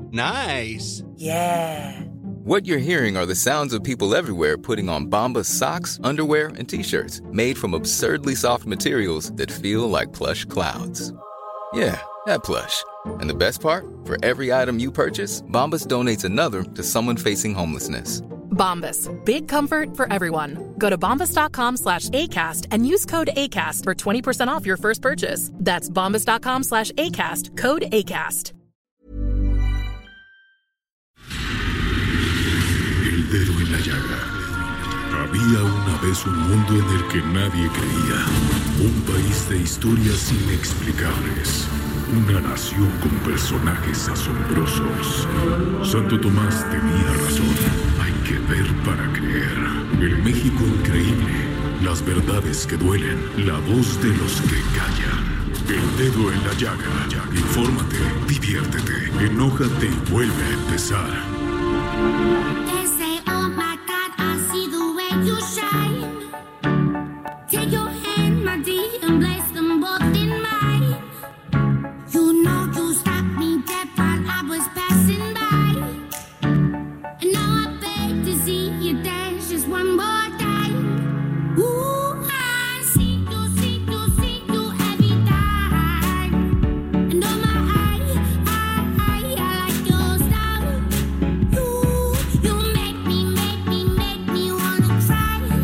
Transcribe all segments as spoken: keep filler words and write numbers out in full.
Nice. Yeah. What you're hearing are the sounds of people everywhere putting on Bombas socks, underwear, and T-shirts made from absurdly soft materials that feel like plush clouds. Yeah, that plush. And the best part? For every item you purchase, Bombas donates another to someone facing homelessness. Bombas. Big comfort for everyone. Go to bombas.com slash ACAST and use code ACAST for twenty percent off your first purchase. That's bombas.com slash ACAST. Code ACAST. El dedo en la llaga. Había una vez un mundo en el que nadie creía. Un país de historias inexplicables. Una nación con personajes asombrosos. Santo Tomás tenía razón. Hay que ver para creer. El México increíble. Las verdades que duelen. La voz de los que callan. El dedo en la llaga. Infórmate, diviértete, enójate y vuelve a empezar. Take your hand, my dear, and place them both in mine. You know you stopped me dead while I was passing by. And now I beg to see you dance just one more time. Ooh, I see you, see you, see you every time. And oh my, I, I, I, I like your style. You, you make me, make me, make me wanna cry.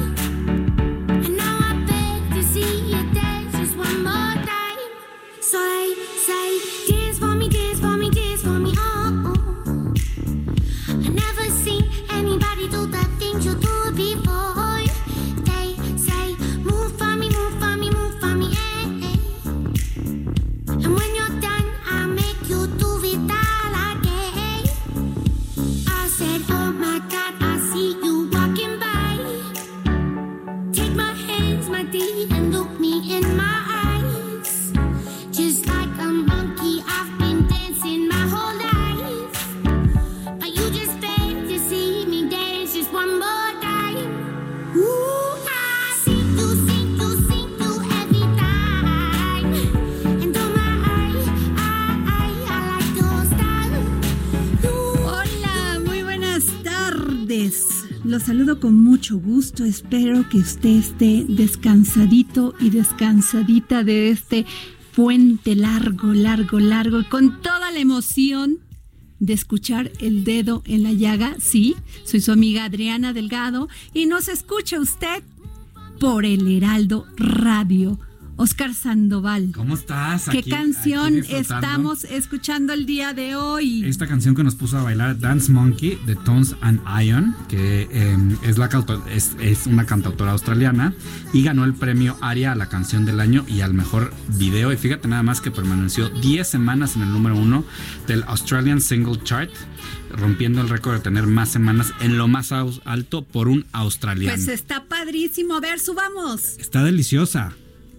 Los saludo con mucho gusto. Espero que usted esté descansadito y descansadita de este puente largo, largo, largo, y con toda la emoción de escuchar El Dedo en la Llaga. Sí, soy su amiga Adriana Delgado y nos escucha usted por el Heraldo Radio. Oscar Sandoval. ¿Cómo estás? ¿Qué aquí, canción aquí estamos escuchando el día de hoy? Esta canción que nos puso a bailar Dance Monkey de Tones and Ion, que eh, es, la, es, es una cantautora australiana y ganó el premio ARIA a la canción del año y al mejor video. Y fíjate nada más que permaneció diez semanas en el número uno del Australian Single Chart, rompiendo el récord de tener más semanas en lo más alto por un australiano. Pues está padrísimo. A ver, subamos. Está deliciosa.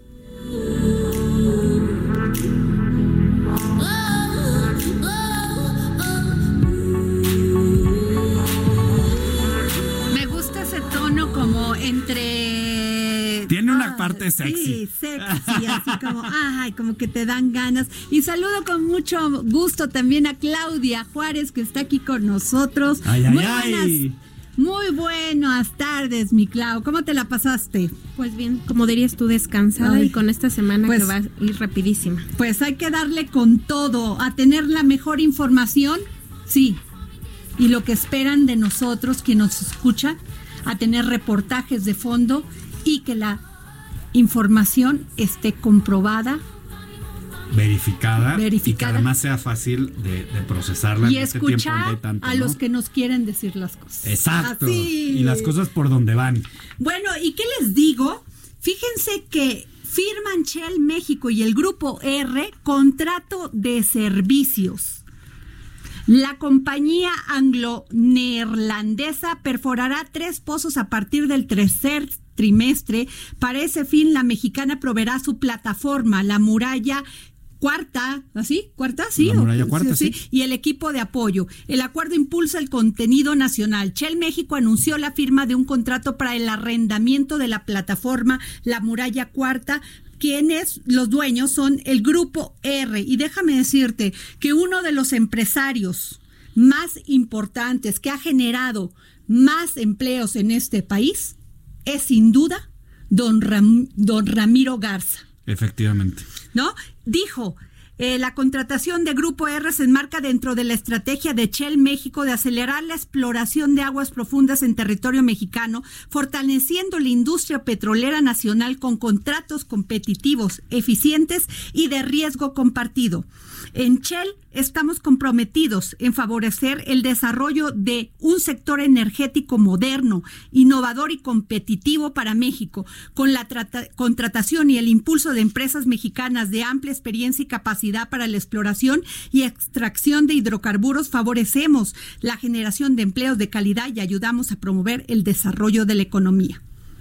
Me gusta ese tono como entre... Tiene una parte sexy. Sí, sexy, así como, ay, como que te dan ganas. Y saludo con mucho gusto también a Claudia Juárez, que está aquí con nosotros. Ay, ay, Muy ay. buenas. Muy buenas tardes, mi Clau. ¿Cómo te la pasaste? Pues bien, como dirías tú, descansada. Ay, y con esta semana pues, que va a ir rapidísima. Pues hay que darle con todo, a tener la mejor información, sí. Y lo que esperan de nosotros, quien nos escucha, a tener reportajes de fondo y que la información esté comprobada. Verificada, verificada y que además sea fácil de, de procesarla y en este escuchar tiempo donde hay tanto, a ¿no? los que nos quieren decir las cosas. Exacto. Así. Y las cosas por donde van. Bueno, ¿y qué les digo? Fíjense que firman Shell México y el Grupo R contrato de servicios. La compañía anglo-neerlandesa perforará tres pozos a partir del tercer trimestre. Para ese fin, la mexicana proveerá su plataforma, la muralla Cuarta, ¿así? ¿Cuarta? Sí. La muralla cuarta, sí, sí. Y el equipo de apoyo. El acuerdo impulsa el contenido nacional. Shell México anunció la firma de un contrato para el arrendamiento de la plataforma La Muralla Cuarta. Quienes, los dueños, son el Grupo R. Y déjame decirte que uno de los empresarios más importantes que ha generado más empleos en este país es sin duda don, Ram, don Ramiro Garza. Efectivamente. ¿No? Dijo, eh, la contratación de Grupo R se enmarca dentro de la estrategia de Shell México de acelerar la exploración de aguas profundas en territorio mexicano, fortaleciendo la industria petrolera nacional con contratos competitivos, eficientes y de riesgo compartido. En Shell estamos comprometidos en favorecer el desarrollo de un sector energético moderno, innovador y competitivo para México, con la trata- contratación y el impulso de empresas mexicanas de amplia experiencia y capacidad para la exploración y extracción de hidrocarburos. Favorecemos la generación de empleos de calidad y ayudamos a promover el desarrollo de la economía.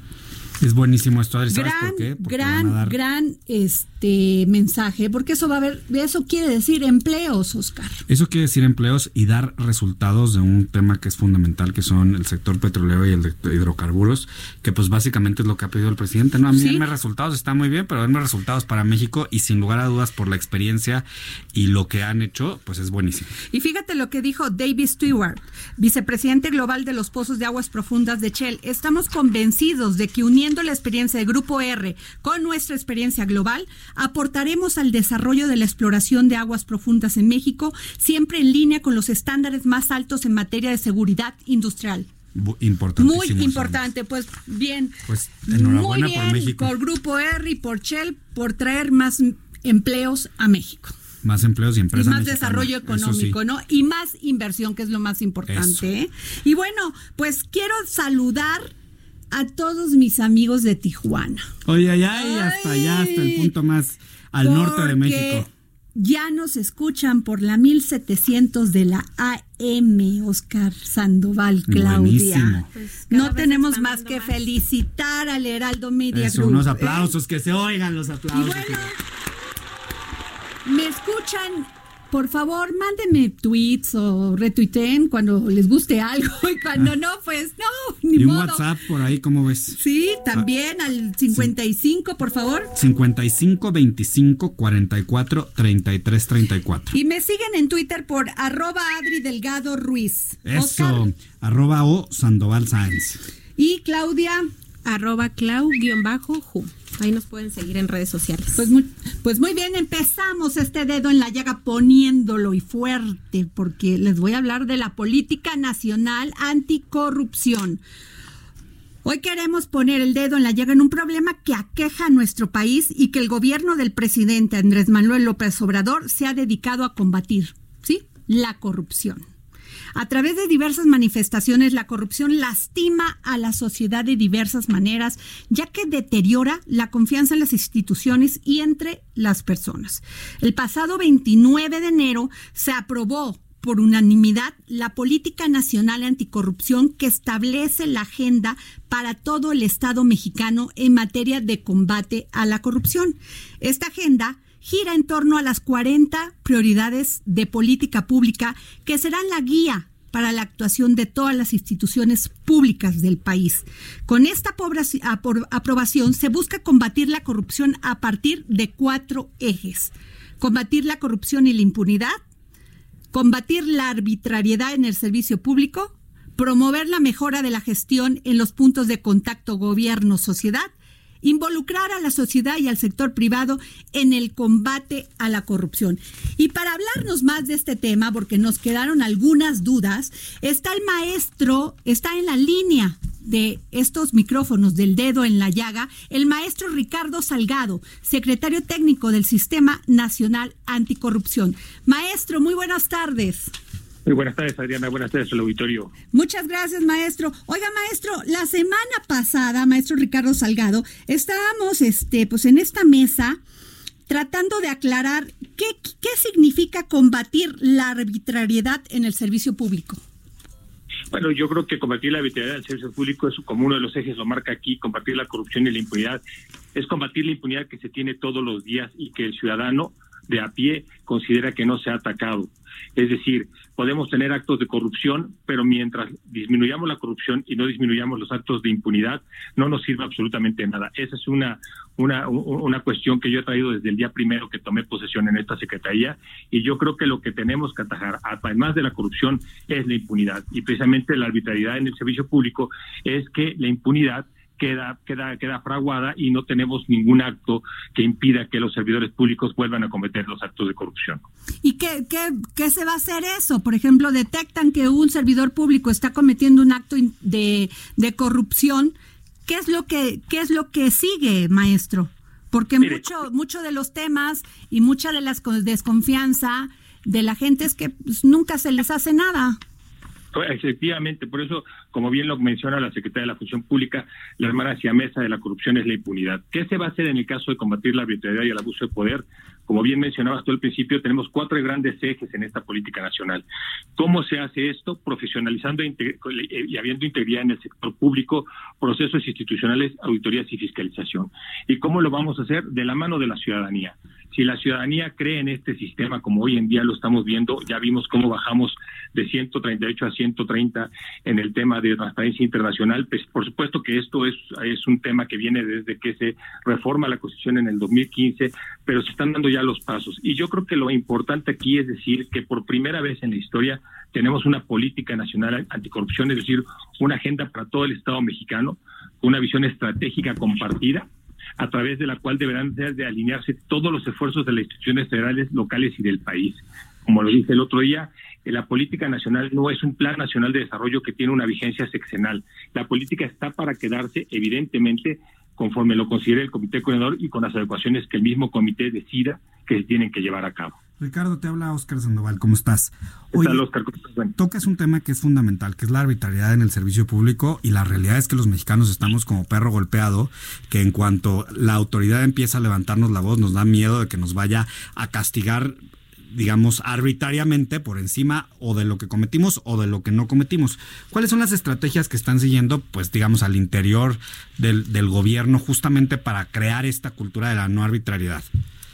Es buenísimo esto, Adri, ¿sabes gran, por qué? Porque gran, van a dar... gran este mensaje, porque eso va a haber, eso quiere decir empleos, Oscar. Eso quiere decir empleos y dar resultados de un tema que es fundamental, que son el sector petrolero y el de hidrocarburos, que pues básicamente es lo que ha pedido el presidente. No, a mí ¿Sí? denme resultados, está muy bien, pero denme resultados para México y sin lugar a dudas por la experiencia y lo que han hecho, pues es buenísimo. Y fíjate lo que dijo David Stewart, vicepresidente global de los Pozos de Aguas Profundas de Shell. Estamos convencidos de que uniendo la experiencia de Grupo R con nuestra experiencia global, aportaremos al desarrollo de la exploración de aguas profundas en México, siempre en línea con los estándares más altos en materia de seguridad industrial. Importantísimo. Muy importante, pues bien. Pues enhorabuena muy bien por México. Por Grupo R y por Shell por traer más empleos a México. Más empleos y empresas. Y más mexicanas. desarrollo económico, sí. ¿no? Y más inversión, que es lo más importante. ¿eh? Y bueno, pues quiero saludar a todos mis amigos de Tijuana. Oye, ay, ay, hasta allá, hasta el punto más al norte de México. Ya nos escuchan por la mil setecientos de la A M, Oscar Sandoval, Claudia. Pues no tenemos más que más. felicitar al Heraldo Media Eso, Group. Unos aplausos, ¿eh? Que se oigan los aplausos. Y bueno, me escuchan. Por favor, mándenme tweets o retuiteen cuando les guste algo y cuando ah. no, pues no, ni y un modo. WhatsApp por ahí, ¿cómo ves? Sí, también ah. al cincuenta y cinco, sí. por favor. cincuenta y cinco, veinticinco, cuarenta y cuatro, treinta y tres, treinta y cuatro. Y me siguen en Twitter por arroba Adri Delgado Ruiz. Eso, Oscar. arroba o Sandoval Sáenz. Y Claudia. Arroba Clau-Ju. Ahí nos pueden seguir en redes sociales. Pues muy, pues muy bien, empezamos este dedo en la llaga poniéndolo y fuerte, porque les voy a hablar de la política nacional anticorrupción. Hoy queremos poner el dedo en la llaga en un problema que aqueja a nuestro país y que el gobierno del presidente Andrés Manuel López Obrador se ha dedicado a combatir, ¿sí? La corrupción. A través de diversas manifestaciones, la corrupción lastima a la sociedad de diversas maneras, ya que deteriora la confianza en las instituciones y entre las personas. El pasado veintinueve de enero se aprobó por unanimidad la Política Nacional Anticorrupción, que establece la agenda para todo el Estado mexicano en materia de combate a la corrupción. Esta agenda gira en torno a las cuarenta prioridades de política pública que serán la guía para la actuación de todas las instituciones públicas del país. Con esta aprobación se busca combatir la corrupción a partir de cuatro ejes: combatir la corrupción y la impunidad, combatir la arbitrariedad en el servicio público, promover la mejora de la gestión en los puntos de contacto gobierno-sociedad, involucrar a la sociedad y al sector privado en el combate a la corrupción. Y para hablarnos más de este tema, porque nos quedaron algunas dudas, está el maestro, está en la línea de estos micrófonos del dedo en la llaga, el maestro Ricardo Salgado, secretario técnico del Sistema Nacional Anticorrupción. Maestro, muy buenas tardes. Muy buenas tardes, Adriana. Buenas tardes al auditorio. Muchas gracias, maestro. Oiga, maestro, la semana pasada, maestro Ricardo Salgado, estábamos este, pues en esta mesa tratando de aclarar qué, qué significa combatir la arbitrariedad en el servicio público. Bueno, yo creo que combatir la arbitrariedad en el servicio público es como uno de los ejes, lo marca aquí, combatir la corrupción y la impunidad. Es combatir la impunidad que se tiene todos los días y que el ciudadano de a pie considera que no se ha atacado. Es decir, podemos tener actos de corrupción, pero mientras disminuyamos la corrupción y no disminuyamos los actos de impunidad, no nos sirve absolutamente nada. Esa es una, una, una cuestión que yo he traído desde el día primero que tomé posesión en esta secretaría, y yo creo que lo que tenemos que atajar, además de la corrupción, es la impunidad. Y precisamente la arbitrariedad en el servicio público es que la impunidad queda queda queda fraguada y no tenemos ningún acto que impida que los servidores públicos vuelvan a cometer los actos de corrupción. ¿Y qué, qué, qué se va a hacer eso? Por ejemplo, detectan que un servidor público está cometiendo un acto de, de corrupción. ¿Qué es lo que qué es lo que sigue, maestro? Porque Mire, mucho mucho de los temas y mucha de la desconfianza de la gente es que pues, nunca se les hace nada. Efectivamente, por eso, como bien lo menciona la Secretaría de la Función Pública, la hermana siamesa de la corrupción es la impunidad. ¿Qué se va a hacer en el caso de combatir la arbitrariedad y el abuso de poder? Como bien mencionabas tú al principio, tenemos cuatro grandes ejes en esta política nacional. ¿Cómo se hace esto? Profesionalizando y habiendo integridad en el sector público, procesos institucionales, auditorías y fiscalización. ¿Y cómo lo vamos a hacer? De la mano de la ciudadanía. Si la ciudadanía cree en este sistema, como hoy en día lo estamos viendo, ya vimos cómo bajamos de ciento treinta y ocho a ciento treinta en el tema de transparencia internacional, pues por supuesto que esto es, es un tema que viene desde que se reforma la Constitución en el dos mil quince, pero se están dando ya los pasos. Y yo creo que lo importante aquí es decir que por primera vez en la historia tenemos una política nacional anticorrupción, es decir, una agenda para todo el Estado mexicano, una visión estratégica compartida, a través de la cual deberán de alinearse todos los esfuerzos de las instituciones federales, locales y del país. Como lo dije el otro día, la política nacional no es un plan nacional de desarrollo que tiene una vigencia sexenal. La política está para quedarse, evidentemente, conforme lo considere el Comité Coordinador y con las adecuaciones que el mismo comité decida que se tienen que llevar a cabo. Ricardo, te habla Óscar Sandoval, ¿cómo estás? Hoy Óscar, bueno. Tocas un tema que es fundamental, que es la arbitrariedad en el servicio público, y la realidad es que los mexicanos estamos como perro golpeado, que en cuanto la autoridad empieza a levantarnos la voz, nos da miedo de que nos vaya a castigar, digamos, arbitrariamente por encima o de lo que cometimos o de lo que no cometimos. ¿Cuáles son las estrategias que están siguiendo, pues, digamos, al interior del, del gobierno justamente para crear esta cultura de la no arbitrariedad?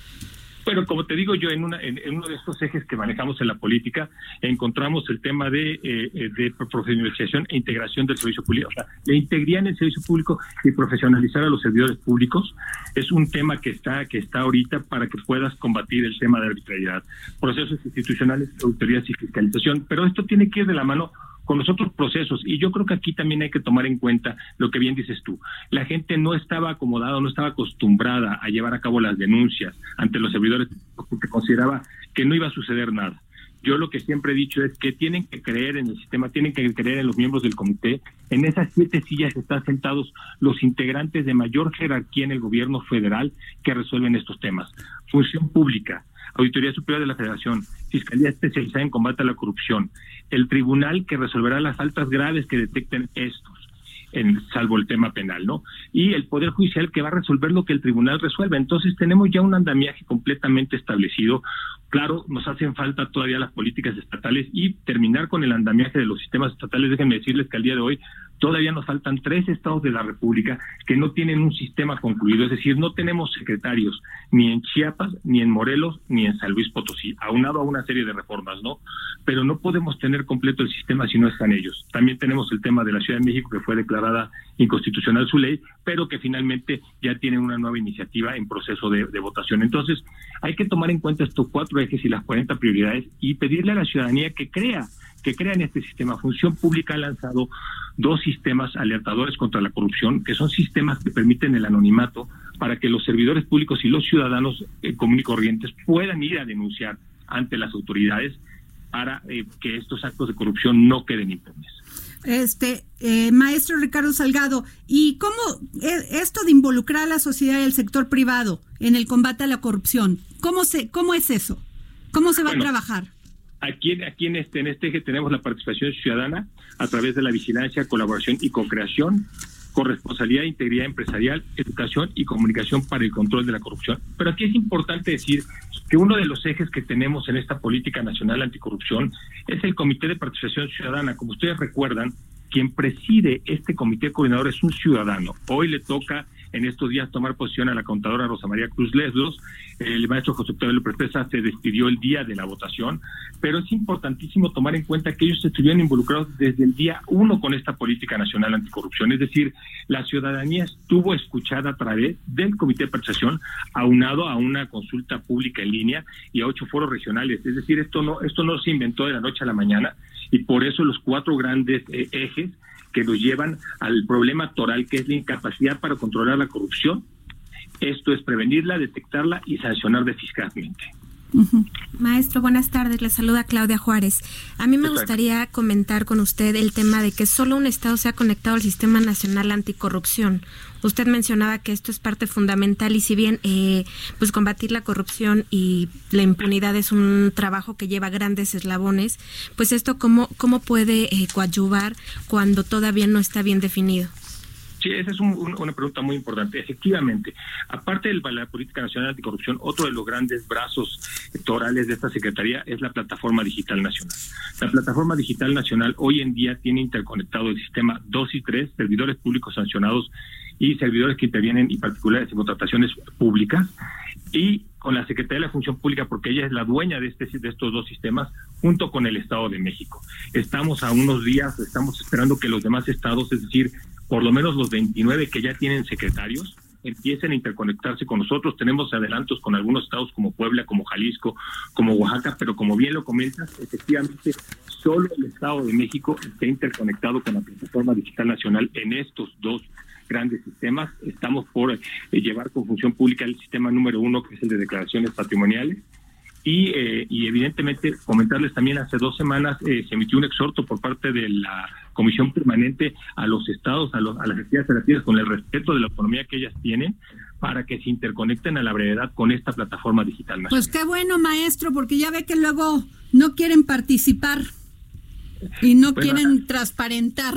Bueno, como te digo yo, en, una, en, en uno de estos ejes que manejamos en la política, encontramos el tema de, eh, de profesionalización e integración del servicio público. O sea, la integridad en el servicio público y profesionalizar a los servidores públicos es un tema que está que está ahorita para que puedas combatir el tema de arbitrariedad. Procesos institucionales, auditorías y fiscalización, pero esto tiene que ir de la mano con los otros procesos, y yo creo que aquí también hay que tomar en cuenta lo que bien dices tú. La gente no estaba acomodada, no estaba acostumbrada a llevar a cabo las denuncias ante los servidores porque consideraba que no iba a suceder nada. Yo lo que siempre he dicho es que tienen que creer en el sistema, tienen que creer en los miembros del comité. En esas siete sillas están sentados los integrantes de mayor jerarquía en el gobierno federal que resuelven estos temas. Función pública, Auditoría Superior de la Federación, Fiscalía Especializada en Combate a la Corrupción, el tribunal que resolverá las faltas graves que detecten estos, en, salvo el tema penal, ¿no? Y el Poder Judicial que va a resolver lo que el tribunal resuelva. Entonces tenemos ya un andamiaje completamente establecido. Claro, nos hacen falta todavía las políticas estatales y terminar con el andamiaje de los sistemas estatales. Déjenme decirles que al día de hoy todavía nos faltan tres estados de la República que no tienen un sistema concluido, es decir, no tenemos secretarios ni en Chiapas, ni en Morelos, ni en San Luis Potosí, aunado a una serie de reformas, ¿no? Pero no podemos tener completo el sistema si no están ellos. También tenemos el tema de la Ciudad de México, que fue declarada inconstitucional su ley, pero que finalmente ya tiene una nueva iniciativa en proceso de, de votación. Entonces, hay que tomar en cuenta estos cuatro ejes y las cuarenta prioridades y pedirle a la ciudadanía que crea, que crea en este sistema. Función Pública ha lanzado dos sistemas alertadores contra la corrupción, que son sistemas que permiten el anonimato para que los servidores públicos y los ciudadanos eh, comunes y corrientes puedan ir a denunciar ante las autoridades para eh, que estos actos de corrupción no queden impunes. Este, eh, maestro Ricardo Salgado, ¿y cómo eh, esto de involucrar a la sociedad y el sector privado en el combate a la corrupción? ¿Cómo se, cómo es eso? ¿Cómo se va bueno, a trabajar? Aquí, aquí en este, en este eje tenemos la participación ciudadana a través de la vigilancia, colaboración y co-creación, corresponsabilidad e integridad empresarial, educación y comunicación para el control de la corrupción. Pero aquí es importante decir que uno de los ejes que tenemos en esta política nacional anticorrupción es el Comité de Participación Ciudadana. Como ustedes recuerdan, quien preside este comité coordinador es un ciudadano. Hoy le toca en estos días tomar posición a la contadora Rosa María Cruz Leslos. El maestro José Octavio López Presa se despidió el día de la votación, pero es importantísimo tomar en cuenta que ellos estuvieron involucrados desde el día uno con esta política nacional anticorrupción, es decir, la ciudadanía estuvo escuchada a través del Comité de Percepción, aunado a una consulta pública en línea y a ocho foros regionales, es decir, esto no, esto no se inventó de la noche a la mañana, y por eso los cuatro grandes eh, ejes que nos llevan al problema toral, que es la incapacidad para controlar la corrupción. Esto es prevenirla, detectarla y sancionar eficazmente. Uh-huh. Maestro, buenas tardes, le saluda Claudia Juárez. A mí me gustaría comentar con usted el tema de que solo un estado se ha conectado al Sistema Nacional Anticorrupción. Usted mencionaba que esto es parte fundamental y si bien eh, pues combatir la corrupción y la impunidad es un trabajo que lleva grandes eslabones, pues esto cómo, cómo puede eh, coadyuvar cuando todavía no está bien definido. Sí, esa es un, un, una pregunta muy importante. Efectivamente, aparte de la Política Nacional Anticorrupción, otro de los grandes brazos torales de esta Secretaría es la Plataforma Digital Nacional. La Plataforma Digital Nacional hoy en día tiene interconectado el sistema dos y tres, servidores públicos sancionados y servidores que intervienen y particulares en contrataciones públicas, y con la Secretaría de la Función Pública, porque ella es la dueña de, este, de estos dos sistemas, junto con el Estado de México. Estamos a unos días, estamos esperando que los demás estados, es decir, por lo menos los veintinueve que ya tienen secretarios, empiecen a interconectarse con nosotros. Tenemos adelantos con algunos estados como Puebla, como Jalisco, como Oaxaca, pero como bien lo comentas, efectivamente, solo el Estado de México está interconectado con la Plataforma Digital Nacional en estos dos grandes sistemas. Estamos por eh, llevar con Función Pública el sistema número uno, que es el de declaraciones patrimoniales. Y, eh, y evidentemente comentarles también, hace dos semanas eh, se emitió un exhorto por parte de la Comisión Permanente a los estados, a, los, a las entidades federativas, con el respeto de la autonomía que ellas tienen, para que se interconecten a la brevedad con esta Plataforma Digital Nacional. Pues qué bueno, maestro, porque ya ve que luego no quieren participar y no bueno, quieren transparentar,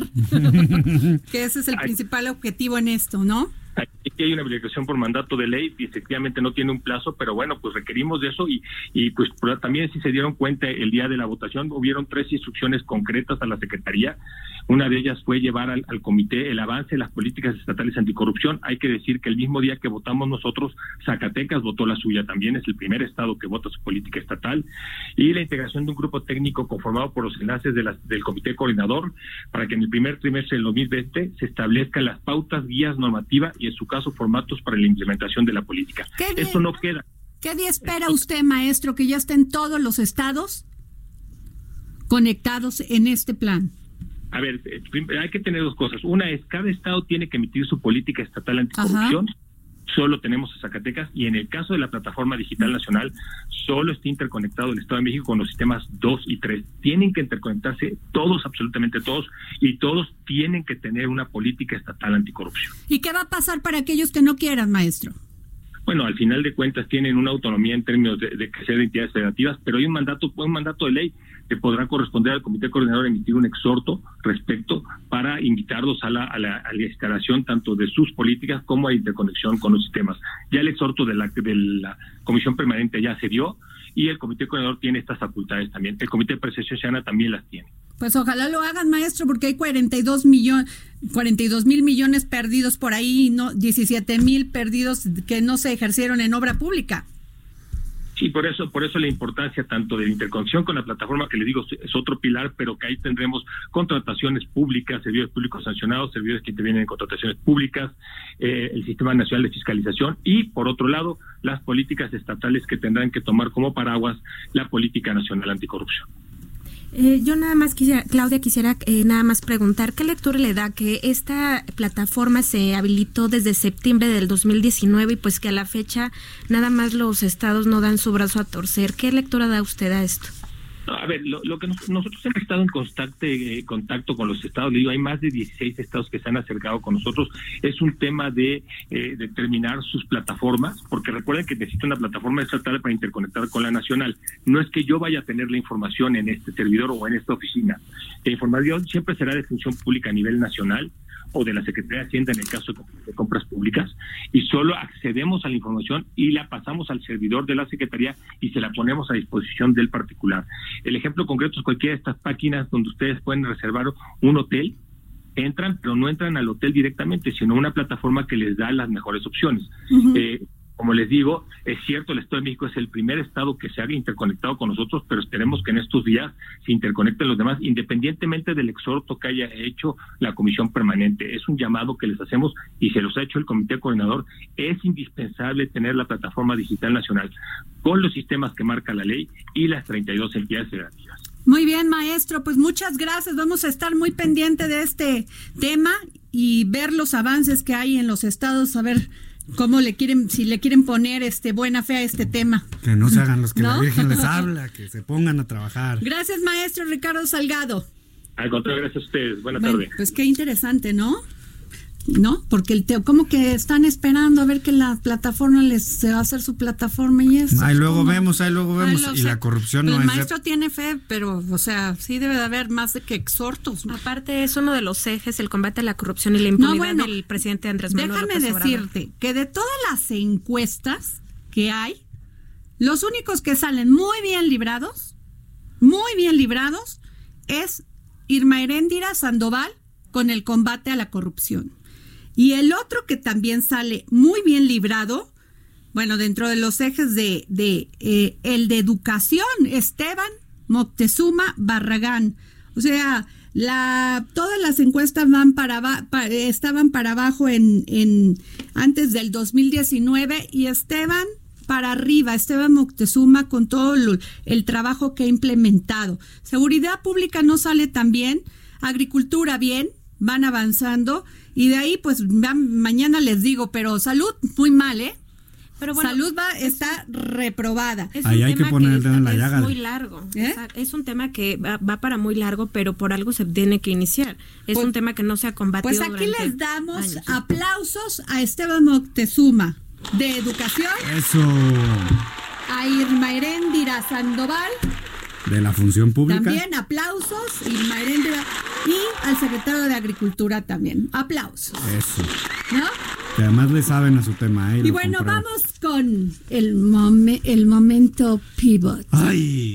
que ese es el principal objetivo en esto, ¿no? Aquí hay una obligación por mandato de ley y efectivamente no tiene un plazo, pero bueno, pues requerimos de eso y, y pues también, si se dieron cuenta, el día de la votación hubieron tres instrucciones concretas a la Secretaría. Una de ellas fue llevar al, al comité el avance de las políticas estatales anticorrupción. Hay que decir que el mismo día que votamos nosotros, Zacatecas votó la suya también, es el primer estado que vota su política estatal, y la integración de un grupo técnico conformado por los enlaces de la, del comité coordinador, para que en el primer trimestre del dos mil veinte se establezcan las pautas, guías normativas y en su caso formatos para la implementación de la política. Esto no queda. ¿Qué día espera usted, maestro, que ya estén todos los estados conectados en este plan? A ver, hay que tener dos cosas. Una es, cada estado tiene que emitir su política estatal anticorrupción. Ajá. Solo tenemos a Zacatecas, y en el caso de la Plataforma Digital Nacional, solo está interconectado el Estado de México con los sistemas dos y tres. Tienen que interconectarse todos, absolutamente todos, y todos tienen que tener una política estatal anticorrupción. ¿Y qué va a pasar para aquellos que no quieran, maestro? Bueno, al final de cuentas tienen una autonomía en términos de, de que sean entidades federativas, pero hay un mandato, un mandato de ley que podrá corresponder al Comité Coordinador a emitir un exhorto respecto para invitarlos a la, a la, a la instalación tanto de sus políticas como a interconexión con los sistemas. Ya el exhorto de la, de la Comisión Permanente ya se dio y el Comité Coordinador tiene estas facultades también. El Comité de Percepción Ciudadana también las tiene. Pues ojalá lo hagan, maestro, porque hay cuarenta y dos millones, cuarenta y dos mil millones perdidos por ahí, no, diecisiete mil perdidos que no se ejercieron en obra pública. Sí, por eso, por eso la importancia tanto de la interconexión con la plataforma, que les digo es otro pilar, pero que ahí tendremos contrataciones públicas, servidores públicos sancionados, servidores que intervienen en contrataciones públicas, eh, el Sistema Nacional de Fiscalización y, por otro lado, las políticas estatales que tendrán que tomar como paraguas la Política Nacional Anticorrupción. Eh, yo nada más quisiera, Claudia, quisiera eh, nada más preguntar, ¿qué lectura le da que esta plataforma se habilitó desde septiembre del dos mil diecinueve y pues que a la fecha nada más los estados no dan su brazo a torcer? ¿Qué lectura da usted a esto? A ver, lo, lo que nos, nosotros hemos estado en constante eh, contacto con los estados, le digo, hay más de dieciséis estados que se han acercado con nosotros. Es un tema de eh, determinar sus plataformas, porque recuerden que necesita una plataforma estatal para interconectar con la nacional. No es que yo vaya a tener la información en este servidor o en esta oficina. La información siempre será de función pública a nivel nacional o de la Secretaría de Hacienda en el caso de compras públicas, y solo accedemos a la información y la pasamos al servidor de la Secretaría y se la ponemos a disposición del particular. El ejemplo concreto es cualquiera de estas páginas donde ustedes pueden reservar un hotel entran, pero no entran al hotel directamente, sino una plataforma que les da las mejores opciones. Uh-huh. Eh, como les digo, es cierto, el Estado de México es el primer estado que se ha interconectado con nosotros, pero esperemos que en estos días se interconecten los demás, independientemente del exhorto que haya hecho la Comisión Permanente. Es un llamado que les hacemos y se los ha hecho el Comité Coordinador. Es indispensable tener la plataforma digital nacional con los sistemas que marca la ley y las treinta y dos entidades federativas. Muy bien, maestro, pues muchas gracias. Vamos a estar muy pendiente de este tema y ver los avances que hay en los estados, a ver cómo le quieren, si le quieren poner este buena fe a este tema. Que no se hagan los que ¿No? la Virgen les habla, que se pongan a trabajar. Gracias, maestro Ricardo Salgado. Al contrario, gracias a ustedes. Buena Bueno, tarde. pues qué interesante, ¿no? ¿No? Porque el teo, como que están esperando a ver que la plataforma les se va a hacer su plataforma y eso. Ahí luego ¿cómo? vemos, ahí luego vemos. Ahí lo y sé. la corrupción Pues no el es... maestro tiene fe, pero, o sea, sí debe de haber más de que exhortos. Aparte es uno de los ejes, el combate a la corrupción y la impunidad No, bueno, del presidente Andrés Manuel Déjame López Obrador. decirte que de todas las encuestas que hay, los únicos que salen muy bien librados, muy bien librados, es Irma Heréndira Sandoval con el combate a la corrupción. Y el otro que también sale muy bien librado, bueno, dentro de los ejes de, de eh, el de educación, Esteban Moctezuma Barragán. O sea, la todas las encuestas van para, para estaban para abajo en, en antes del dos mil diecinueve y Esteban para arriba, Esteban Moctezuma con todo lo, el trabajo que ha implementado. Seguridad pública no sale tan bien, agricultura bien, van avanzando y de ahí pues van, mañana les digo, pero salud muy mal, ¿eh? Pero bueno, salud va está reprobada. Es Ahí un hay que tema poner el dedo en la es llaga. muy largo. ¿Eh? O sea, es un tema que va, va para muy largo, pero por algo se tiene que iniciar. Es Pues- un tema que no se ha combatido Pues aquí durante les damos años. aplausos a Esteban Moctezuma de Educación, Eso, a Irma Heréndira Sandoval, de la función pública. también aplausos, Irma Heréndira, y al secretario de Agricultura también, aplausos, Eso, ¿no? que además le saben a su tema. ¿eh? Y Lo bueno, compruebo. vamos con el, momen- el momento pivot. Ay,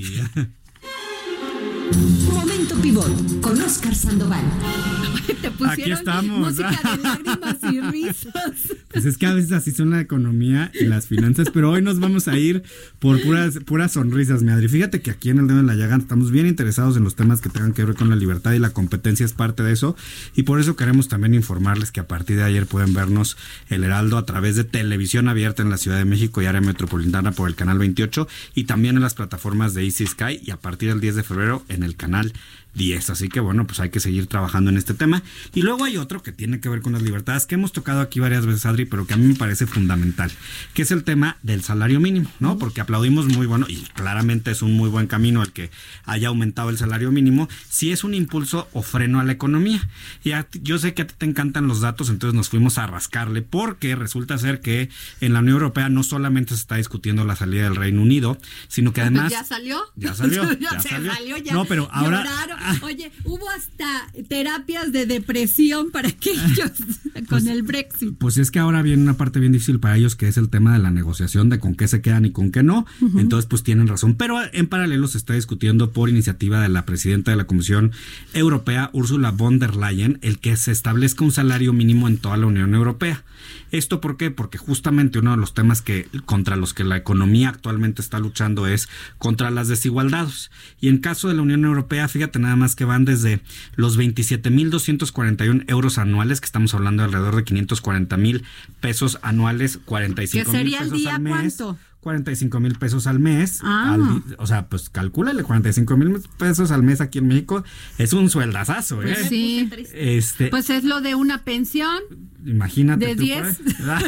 Momento Pivot con Oscar Sandoval. Te pusieron Aquí estamos. música de lágrimas y risas. pues es que a veces así son la economía y las finanzas, pero hoy nos vamos a ir por puras puras sonrisas, mi Adri. Fíjate que aquí en El Dedo en la Llaga estamos bien interesados en los temas que tengan que ver con la libertad y la competencia es parte de eso, y por eso queremos también informarles que a partir de ayer pueden vernos El Heraldo a través de televisión abierta en la Ciudad de México y área metropolitana por el canal veintiocho y también en las plataformas de Easy Sky y a partir del diez de febrero en el canal diez. Así que bueno, pues hay que seguir trabajando en este tema. Y luego hay otro que tiene que ver con las libertades que hemos tocado aquí varias veces, Adri, pero que a mí me parece fundamental, que es el tema del salario mínimo, ¿no? Porque aplaudimos muy bueno y claramente es un muy buen camino el que haya aumentado el salario mínimo, si es un impulso o freno a la economía. Y a ti, yo sé que a ti te encantan los datos, entonces nos fuimos a rascarle porque resulta ser que en la Unión Europea no solamente se está discutiendo la salida del Reino Unido, sino que además... ¿Ya salió? Ya salió, ya, ya se salió. salió, ya No, pero ahora... lloraron. Oye, hubo hasta terapias de depresión para que ellos con Pues, el Brexit. Pues es que ahora viene una parte bien difícil para ellos, que es el tema de la negociación de con qué se quedan y con qué no. Uh-huh. Entonces, pues tienen razón. Pero en paralelo se está discutiendo por iniciativa de la presidenta de la Comisión Europea, Ursula von der Leyen, el que se establezca un salario mínimo en toda la Unión Europea. ¿Esto por qué? Porque justamente uno de los temas que contra los que la economía actualmente está luchando es contra las desigualdades. Y en caso de la Unión Europea, fíjate nada más que van desde los veintisiete mil doscientos cuarenta y uno euros anuales, que estamos hablando de alrededor de quinientos cuarenta mil pesos anuales, cuarenta y cinco mil pesos día, al mes. ¿cuánto? cuarenta y cinco mil pesos al mes. Ah. Al, o sea, pues calcúlale, cuarenta y cinco mil pesos al mes aquí en México es un sueldazazo, ¿eh? Pues sí. Este, Pues es lo de una pensión. Imagínate. De tú, diez.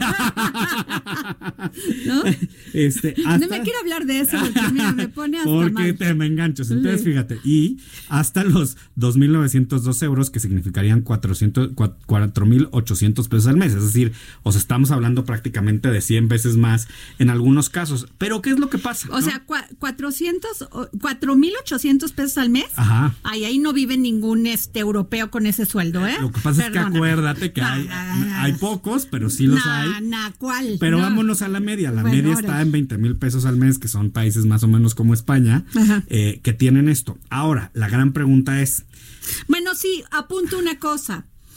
¿No? Este, hasta, no me quiero hablar de eso porque mira, me pone hasta porque mal. te me enganchas. Entonces, fíjate, y hasta los dos mil novecientos dos euros, que significarían cuatrocientos, cuatro mil ochocientos pesos al mes. Es decir, o sea, estamos hablando prácticamente de cien veces más en algunos casos. Pero, ¿qué es lo que pasa? O ¿no? sea, cuatrocientos, cuatro mil ochocientos pesos al mes. Ajá. Ay, ahí no vive ningún este europeo con ese sueldo, ¿eh? Lo que pasa Perdóname. es que acuérdate que No, hay, no, no. hay pocos, pero sí los nah, hay. Nah, ¿cuál? Pero no. vámonos a la media. La Bueno, media ahora. está en veinte mil pesos al mes, que son países más o menos como España, eh, que tienen esto. Ahora, la gran pregunta es... Bueno, sí, apunto una cosa.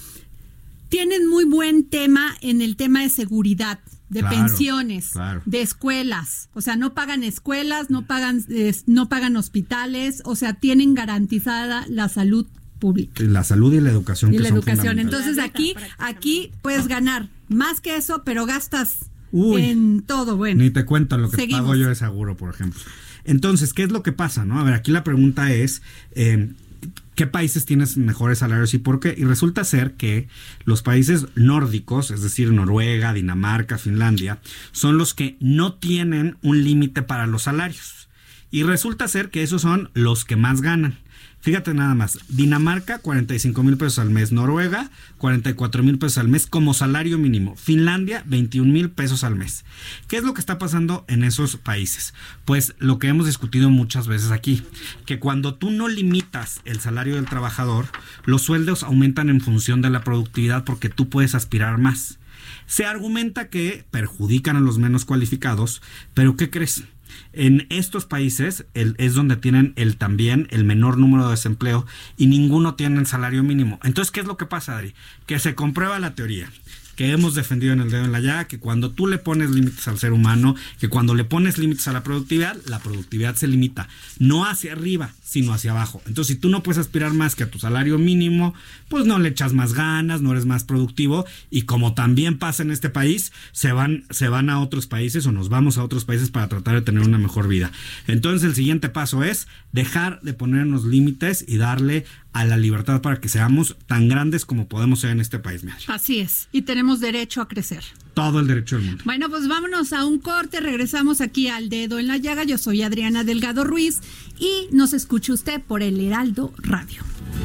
tienen muy buen tema en el tema de seguridad, de claro, pensiones, claro. de escuelas. O sea, no pagan escuelas, no pagan, eh, no pagan hospitales, o sea, tienen garantizada la salud pública. La salud y la educación. Y que la son educación. Entonces aquí, aquí puedes ganar más que eso, pero gastas Uy, en todo. Bueno, ni te cuento lo que seguimos. Pago yo de seguro, por ejemplo. Entonces, ¿qué es lo que pasa? ¿No? A ver, aquí la pregunta es... Eh, ¿qué países tienen mejores salarios y por qué? Y resulta ser que los países nórdicos, es decir, Noruega, Dinamarca, Finlandia, son los que no tienen un límite para los salarios. Y resulta ser que esos son los que más ganan. Fíjate nada más, Dinamarca, cuarenta y cinco mil pesos al mes, Noruega, cuarenta y cuatro mil pesos al mes como salario mínimo, Finlandia, veintiún mil pesos al mes. ¿Qué es lo que está pasando en esos países? Pues lo que hemos discutido muchas veces aquí, que cuando tú no limitas el salario del trabajador, los sueldos aumentan en función de la productividad porque tú puedes aspirar más. Se argumenta que perjudican a los menos cualificados, pero ¿qué crees? En estos países el, es donde tienen el también el menor número de desempleo y ninguno tiene el salario mínimo. Entonces, ¿qué es lo que pasa, Adri? Que se comprueba la teoría que hemos defendido en el dedo en la llaga, que cuando tú le pones límites al ser humano, que cuando le pones límites a la productividad, la productividad se limita, no hacia arriba, sino hacia abajo. Entonces, si tú no puedes aspirar más que a tu salario mínimo, pues no le echas más ganas, no eres más productivo, y como también pasa en este país, se van, se van a otros países o nos vamos a otros países para tratar de tener una mejor vida. Entonces, el siguiente paso es dejar de ponernos límites y darle a la libertad para que seamos tan grandes como podemos ser en este país, Mary. Así es, y tenemos derecho a crecer. Todo el derecho del mundo. Bueno, pues vámonos a un corte, regresamos aquí al Dedo en la Llaga. Yo soy Adriana Delgado Ruiz y nos escucha usted por el Heraldo Radio.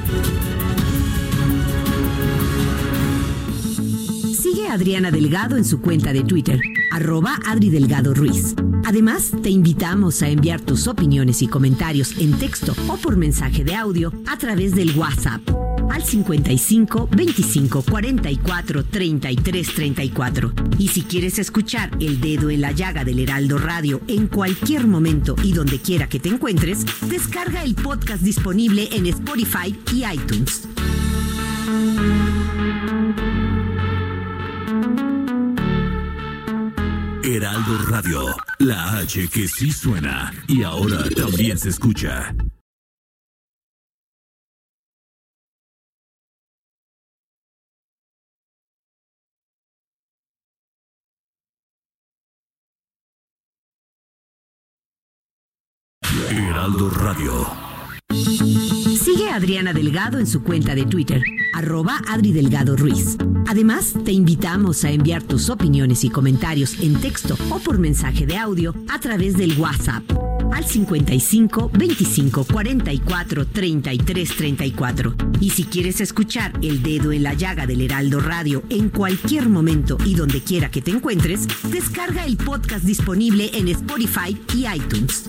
Sigue a Adriana Delgado en su cuenta de Twitter, arroba Adri Delgado Ruiz. Además, te invitamos a enviar tus opiniones y comentarios en texto o por mensaje de audio a través del WhatsApp al cincuenta y cinco, veinticinco, cuarenta y cuatro, treinta y tres, treinta y cuatro. Y si quieres escuchar El Dedo en la Llaga del Heraldo Radio en cualquier momento y donde quiera que te encuentres, descarga el podcast disponible en Spotify y iTunes. Heraldo Radio, la H que sí suena y ahora también se escucha. Heraldo Radio. Sigue a Adriana Delgado en su cuenta de Twitter, arroba Adri Delgado Ruiz. Además, te invitamos a enviar tus opiniones y comentarios en texto o por mensaje de audio a través del WhatsApp al cincuenta y cinco, veinticinco, cuarenta y cuatro, treinta y tres, treinta y cuatro. Y si quieres escuchar El Dedo en la Llaga del Heraldo Radio en cualquier momento y donde quiera que te encuentres, descarga el podcast disponible en Spotify y iTunes.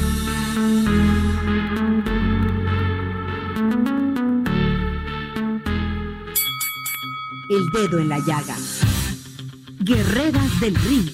El Dedo en la Llaga. Guerreras del Ring.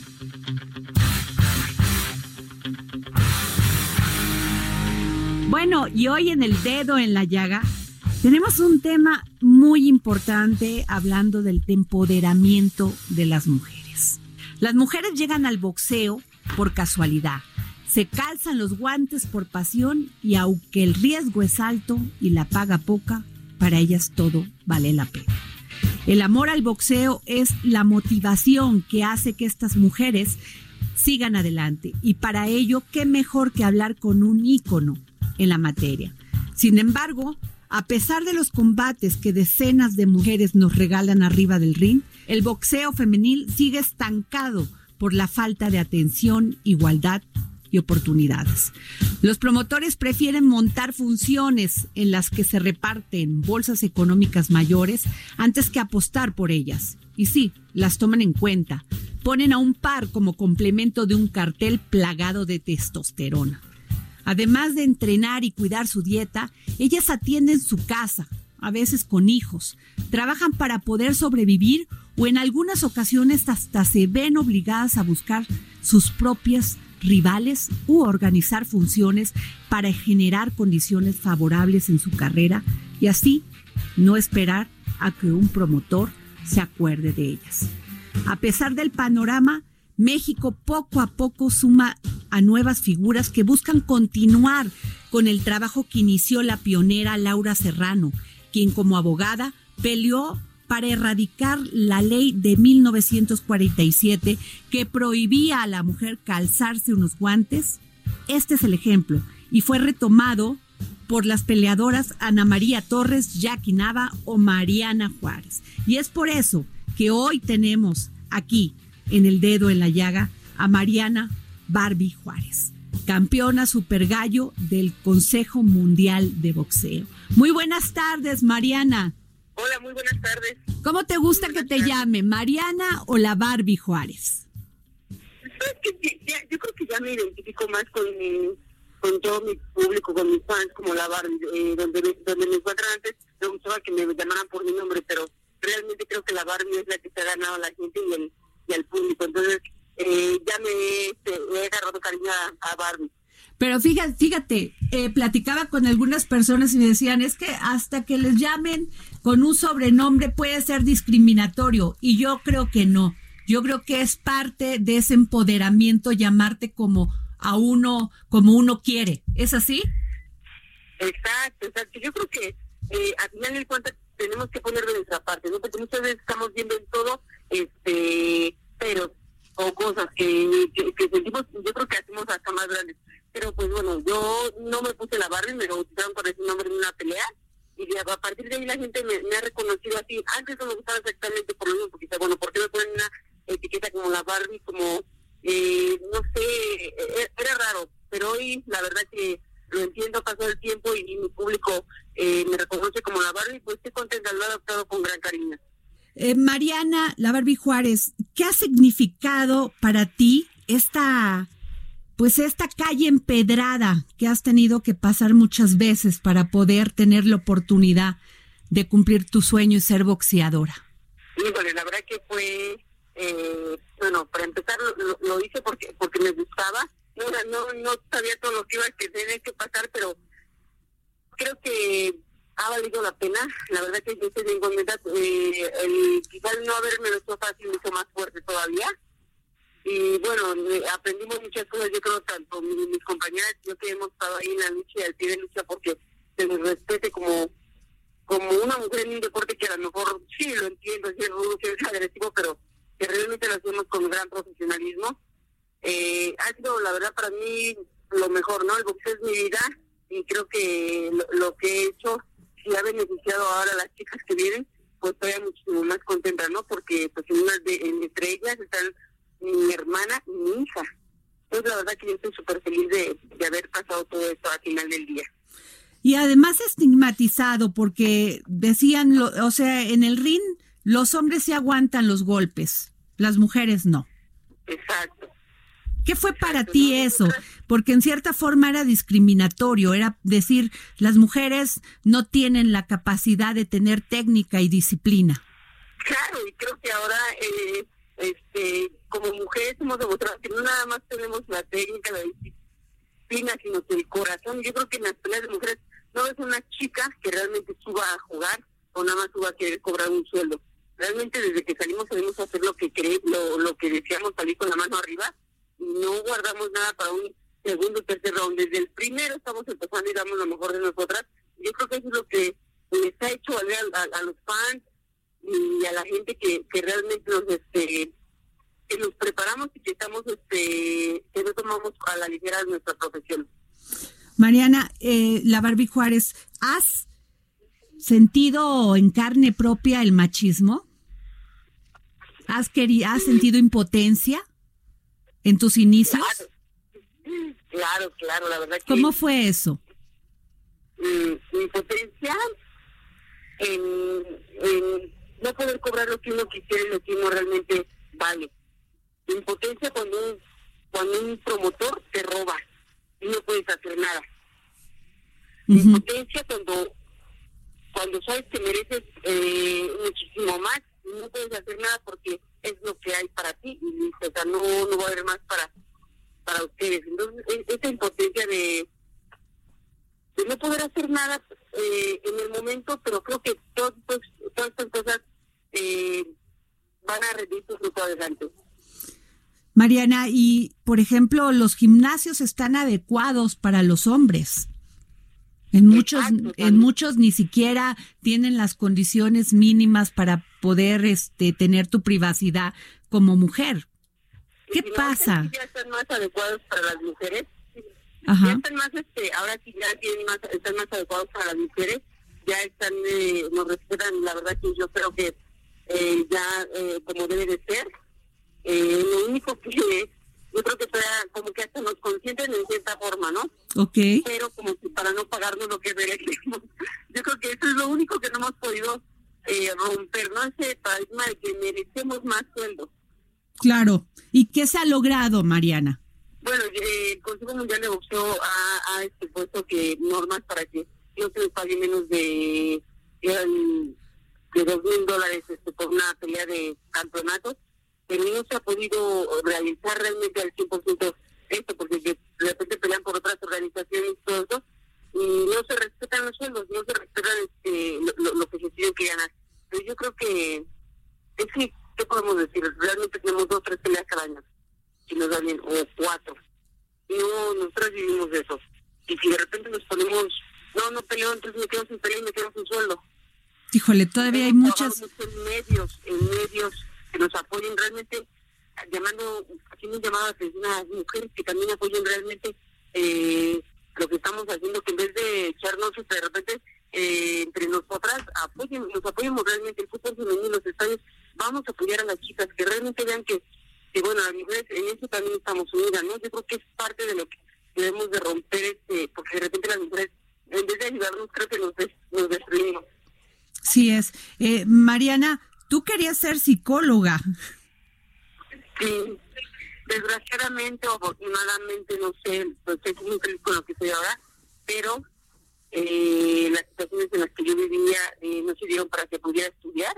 Bueno, y hoy en El Dedo en la Llaga tenemos un tema muy importante hablando del empoderamiento de las mujeres. Las mujeres llegan al boxeo por casualidad, se calzan los guantes por pasión y aunque el riesgo es alto y la paga poca, para ellas todo vale la pena. El amor al boxeo es la motivación que hace que estas mujeres sigan adelante y para ello, qué mejor que hablar con un ícono en la materia. Sin embargo, a pesar de los combates que decenas de mujeres nos regalan arriba del ring, el boxeo femenil sigue estancado por la falta de atención, igualdad y oportunidades. Los promotores prefieren montar funciones en las que se reparten bolsas económicas mayores antes que apostar por ellas. Y sí, las toman en cuenta. Ponen a un par como complemento de un cartel plagado de testosterona. Además de entrenar y cuidar su dieta, ellas atienden su casa, a veces con hijos, trabajan para poder sobrevivir o en algunas ocasiones hasta se ven obligadas a buscar sus propias rivales u organizar funciones para generar condiciones favorables en su carrera y así no esperar a que un promotor se acuerde de ellas. A pesar del panorama, México poco a poco suma a nuevas figuras que buscan continuar con el trabajo que inició la pionera Laura Serrano, quien como abogada peleó para erradicar la ley de mil novecientos cuarenta y siete que prohibía a la mujer calzarse unos guantes. Este es el ejemplo y fue retomado por las peleadoras Ana María Torres, Jackie Nava o Mariana Juárez. Y es por eso que hoy tenemos aquí en el dedo en la llaga a Mariana Barbie Juárez, campeona super gallo del Consejo Mundial de Boxeo. Muy buenas tardes, Mariana. Hola, muy buenas tardes. ¿Cómo te gusta que te tardes. llame, Mariana o la Barbie Juárez? Es que ya, yo creo que ya me identifico más con mi, con todo mi público, con mis fans, como la Barbie, eh, donde, donde me encuentran antes, me gustaba que me llamaran por mi nombre, pero realmente creo que la Barbie es la que se ha ganado a la gente y, el, y al público, entonces eh, ya me, este, me he agarrado cariño a, a Barbie. Pero fíjate, fíjate eh, platicaba con algunas personas y me decían, es que hasta que les llamen con un sobrenombre puede ser discriminatorio, y yo creo que no. Yo creo que es parte de ese empoderamiento llamarte como a uno, como uno quiere. ¿Es así? Exacto, exacto. Yo creo que eh, al final de cuentas tenemos que poner de nuestra parte, ¿no? Porque muchas veces estamos viendo en todo, este, pero o cosas que, que, que sentimos, yo creo que hacemos hasta más grandes. Pero pues bueno, yo no me puse la Barbie, me bautizaron por ese nombre en una pelea, y de, a partir de ahí la gente me, me ha reconocido así. Antes no me gustaba exactamente por lo mismo, porque bueno, ¿por qué me ponen una etiqueta como la Barbie? Como, eh, no sé, era raro, pero hoy la verdad que lo entiendo, pasó el tiempo y, y mi público eh, me reconoce como la Barbie, pues estoy contenta, lo he adoptado con gran cariño. Eh, Mariana, la Barbie Juárez, ¿qué ha significado para ti esta, pues esta calle empedrada que has tenido que pasar muchas veces para poder tener la oportunidad de cumplir tu sueño y ser boxeadora? Híjole, la verdad que fue, eh, bueno, para empezar lo, lo hice porque porque me gustaba, no, no no sabía todo lo que iba a tener que pasar, pero creo que ha valido la pena. La verdad que yo estoy bien contenta, eh, el, quizás no haberme hecho fácil, mucho más fuerte todavía. Y bueno, eh, aprendimos muchas cosas, yo creo, tanto mis, mis compañeras, yo que hemos estado ahí en la lucha y al pie de lucha, porque se nos respete como como una mujer en un deporte que a lo mejor, sí, lo entiendo, sí es rudo, sí es agresivo, pero que realmente lo hacemos con gran profesionalismo. Eh, ha sido, la verdad, para mí lo mejor, ¿no? El boxeo es mi vida y creo que lo, lo que he hecho, si ha beneficiado ahora a las chicas que vienen, pues todavía muchísimo más contenta, ¿no? Porque pues en una de, en, entre ellas están mi hermana y mi hija. Entonces la verdad que yo estoy súper feliz de, de haber pasado todo esto al final del día. Y además estigmatizado porque decían, lo, o sea, en el ring los hombres sí aguantan los golpes, las mujeres no. Exacto. ¿Qué fue para Exacto, ti no, eso? Porque en cierta forma era discriminatorio, era decir, las mujeres no tienen la capacidad de tener técnica y disciplina. Claro, y creo que ahora, eh, este, como mujeres hemos demostrado que no nada más tenemos la técnica, la disciplina, sino que el corazón. Yo creo que en las peleas de mujeres no es una chica que realmente suba a jugar o nada más suba a querer cobrar un sueldo. Realmente desde que salimos salimos a hacer lo que queremos, lo, lo que deseamos, salir con la mano arriba, y no guardamos nada para un segundo o tercer round. Desde el primero estamos empezando y damos lo mejor de nosotras. Yo creo que eso es lo que les ha hecho valer a, a, a los fans y a la gente que, que realmente nos este que nos preparamos y que estamos este que no tomamos a la ligera nuestra profesión. Mariana, eh, la Barbie Juárez, ¿has sentido en carne propia el machismo? ¿Has querido, has sentido impotencia en tus inicios? Claro, claro, claro, la verdad que... ¿Cómo fue eso? Mm, impotencia en, en no poder cobrar lo que uno quisiera y lo que uno realmente vale. Impotencia cuando un, cuando un promotor te roba y no puedes hacer nada. Uh-huh. Impotencia cuando cuando sabes que mereces eh, muchísimo más y no puedes hacer nada porque es lo que hay para ti y o sea, no, no va a haber más para para ustedes. Entonces, esa impotencia de de no poder hacer nada eh, en el momento, pero creo que todas, todas estas cosas eh, van a rendir su fruto adelante. Mariana, y por ejemplo, los gimnasios están adecuados para los hombres. En muchos, Exacto, en muchos ni siquiera tienen las condiciones mínimas para poder este tener tu privacidad como mujer. ¿Qué y pasa? Ya están más adecuados para las mujeres. Ajá. Ya están más, este, ahora sí ya tienen más, están más adecuados para las mujeres. Ya están, eh, nos respetan, la verdad que yo creo que eh, ya eh, como debe de ser. Eh, lo único que yo creo que todavía como que hasta nos consienten en cierta forma, ¿no? Okay. Pero como que para no pagarnos lo que merecemos. Yo creo que eso es lo único que no hemos podido eh, romper, ¿no? Ese paradigma de que merecemos más sueldo. Claro. ¿Y qué se ha logrado, Mariana? Bueno, eh, el Consejo Mundial de Boxeo ha, ha este, puesto que normas para que no se les pague menos de de, de dos mil dólares este, por una pelea de campeonatos, pero no se ha podido realizar realmente al cien por ciento esto, porque de repente pelean por otras organizaciones y todo eso, y no se respetan los sueldos, no se respetan este, lo, lo, lo que se tiene que ganar. Pero yo creo que, es que, ¿qué podemos decir? Realmente tenemos dos o tres peleas cada año, si nos da bien, o cuatro. Y no, nosotros vivimos de eso. Y si de repente nos ponemos, no, no peleo, entonces me quedo sin pelea y me quedo sin sueldo. Híjole, todavía hay muchas... En medios, en medios que nos apoyen realmente, llamando, haciendo un llamado a atención a las mujeres que también apoyen realmente eh, lo que estamos haciendo, que en vez de echarnos de repente eh, entre nosotras, apoyen, nos apoyemos realmente el fútbol femenino, los estadios, vamos a apoyar a las chicas, que realmente vean que, que bueno, las mujeres en eso también estamos unidas, ¿no? Yo creo que es parte de lo que debemos de romper, este porque de repente las mujeres, en vez de ayudarnos, creo que nos, des, nos destruimos. Sí es. Eh, Mariana, tú querías ser psicóloga. Sí, desgraciadamente o afortunadamente, no sé, pues estoy muy feliz con lo que estoy ahora, pero eh, las situaciones en las que yo vivía eh, no se dieron para que pudiera estudiar,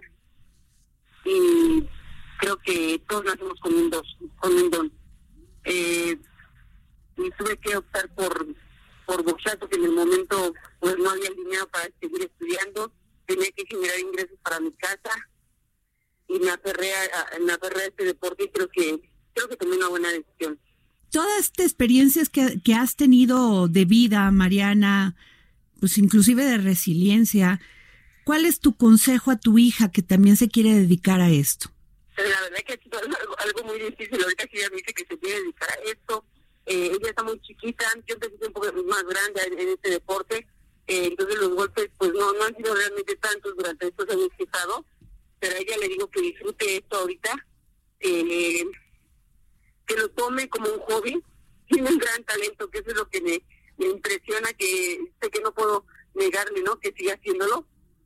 y creo que todos nacemos con un, dos, con un don. Eh, y tuve que optar por, por boxear, porque en el momento pues no había el dinero para seguir estudiando, tenía que generar ingresos para mi casa, y me aferré a, me aferré a este deporte, y creo que creo que tomé una buena decisión. Todas estas experiencias que, que has tenido de vida, Mariana, pues inclusive de resiliencia, ¿cuál es tu consejo a tu hija que también se quiere dedicar a esto? La verdad que ha sido algo, algo muy difícil. Ahorita que ella me dice que se quiere dedicar a esto, eh, ella está muy chiquita, yo empecé un poco más grande en, en este deporte, eh, entonces los golpes pues no, no han sido realmente tantos durante estos años que he estado, pero a ella le digo que disfrute esto ahorita, eh, que lo tome como un hobby. Tiene un gran talento, que eso es lo que me, me impresiona, que sé que no puedo negarle, ¿no? Que siga haciéndolo,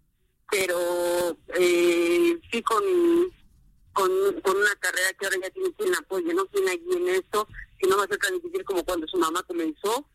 pero eh, sí con, con con una carrera que ahora ya tiene quien apoye, ¿no? Quien allí en esto, que no va a ser tan difícil como cuando su mamá comenzó,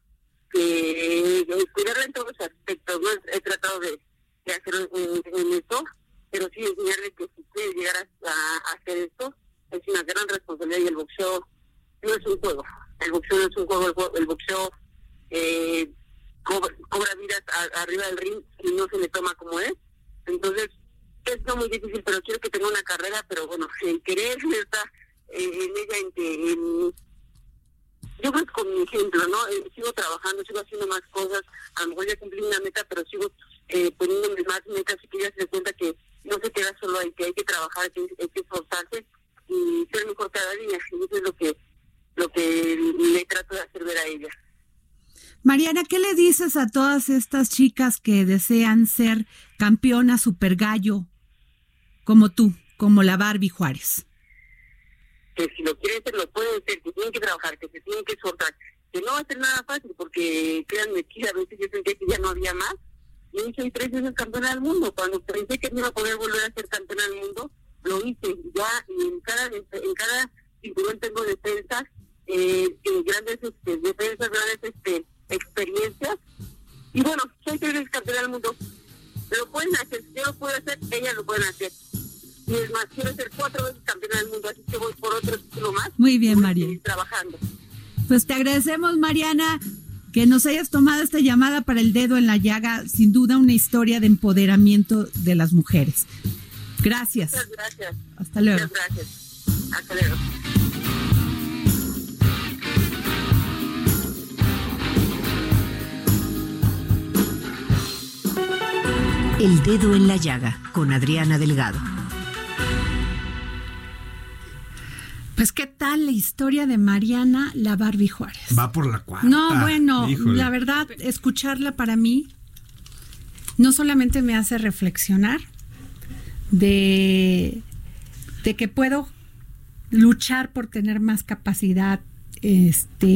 que eh, cuidarla en todos los aspectos, ¿no? He tratado de, de hacer en, en esto, pero sí enseñarle que si quiere llegar a, a, a hacer esto, es una gran responsabilidad, y el boxeo no es un juego. El boxeo no es un juego, el, juego, el boxeo eh, cobra, cobra vidas a, arriba del ring y no se le toma como es. Entonces, es no muy difícil, pero quiero que tenga una carrera, pero bueno, en querer está eh, en ella, en que en, yo creo que con mi ejemplo, ¿no? Eh, sigo trabajando, sigo haciendo más cosas, a lo mejor ya cumplí una meta, pero sigo eh, poniéndome más metas, y que ella se dé cuenta que no se queda solo ahí, que hay que trabajar, que hay que esforzarse y ser mejor cada día. Y eso es lo que lo que le trato de hacer ver a ella. Mariana, ¿qué le dices a todas estas chicas que desean ser campeonas super gallo como tú, como la Barbie Juárez? Que si lo quieren ser, lo pueden ser, que tienen que trabajar, que se tienen que esforzar, que no va a ser nada fácil, porque créanme que a veces yo sentía que ya no había más. Yo soy tres veces campeona del mundo. Cuando pensé que no iba a poder volver a ser campeona del mundo, lo hice ya, y en cada en cada cinturón tengo defensas, eh, grandes este, defensas, grandes este, experiencias, y bueno, soy tres veces campeona del mundo. Lo pueden hacer, si yo lo puedo hacer, ellas lo pueden hacer. Y es más, quiero ser cuatro veces campeona del mundo, así que voy por otro título más. Muy bien, Mariana. Trabajando. Pues te agradecemos, Mariana, que nos hayas tomado esta llamada para El Dedo en la Llaga. Sin duda una historia de empoderamiento de las mujeres. Gracias. Muchas gracias. Hasta luego. Muchas gracias. Hasta luego. El dedo en la llaga con Adriana Delgado. Pues, ¿qué tal la historia de Mariana la Barbie Juárez? Va por la cuarta. No, bueno, Híjole. La verdad, escucharla para mí no solamente me hace reflexionar de, de que puedo luchar por tener más capacidad este,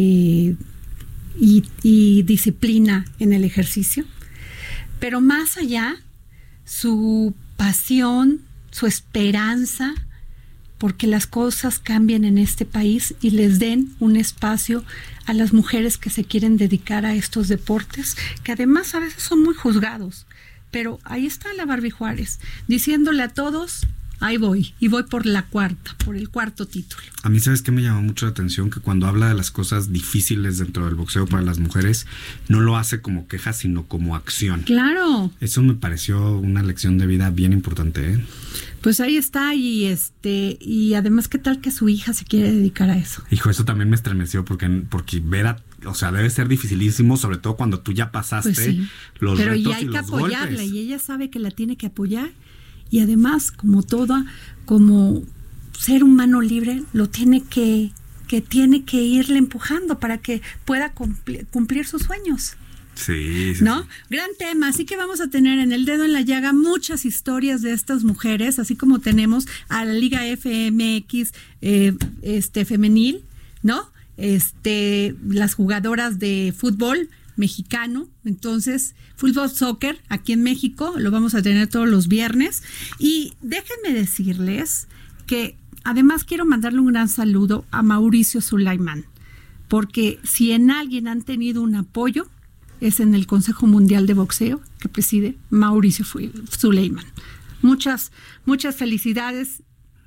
y, y disciplina en el ejercicio, pero más allá, su pasión, su esperanza, porque las cosas cambien en este país y les den un espacio a las mujeres que se quieren dedicar a estos deportes, que además a veces son muy juzgados. Pero ahí está la Barbie Juárez, diciéndole a todos, ahí voy, y voy por la cuarta, por el cuarto título. A mí, ¿sabes qué me llamó mucho la atención? Que cuando habla de las cosas difíciles dentro del boxeo para las mujeres, no lo hace como queja, sino como acción. Claro. Eso me pareció una lección de vida bien importante, ¿eh? Pues ahí está, y este, y además, ¿qué tal que su hija se quiere dedicar a eso? Hijo, eso también me estremeció porque, porque ver a, o sea, debe ser dificilísimo, sobre todo cuando tú ya pasaste Pues sí. los Pero retos y hay y que los apoyarla, golpes. y ella sabe que la tiene que apoyar, y además, como toda, como ser humano libre, lo tiene que, que tiene que irle empujando para que pueda cumplir, cumplir sus sueños. Sí, sí, ¿No? sí. Gran tema, así que vamos a tener en el dedo en la llaga muchas historias de estas mujeres, así como tenemos a la Liga F M X eh, este femenil, ¿no? Este, las jugadoras de fútbol mexicano, entonces, fútbol soccer aquí en México, lo vamos a tener todos los viernes. Y déjenme decirles que además quiero mandarle un gran saludo a Mauricio Sulaimán, porque si en alguien han tenido un apoyo, es en el Consejo Mundial de Boxeo que preside Mauricio Sulaimán. Muchas, muchas felicidades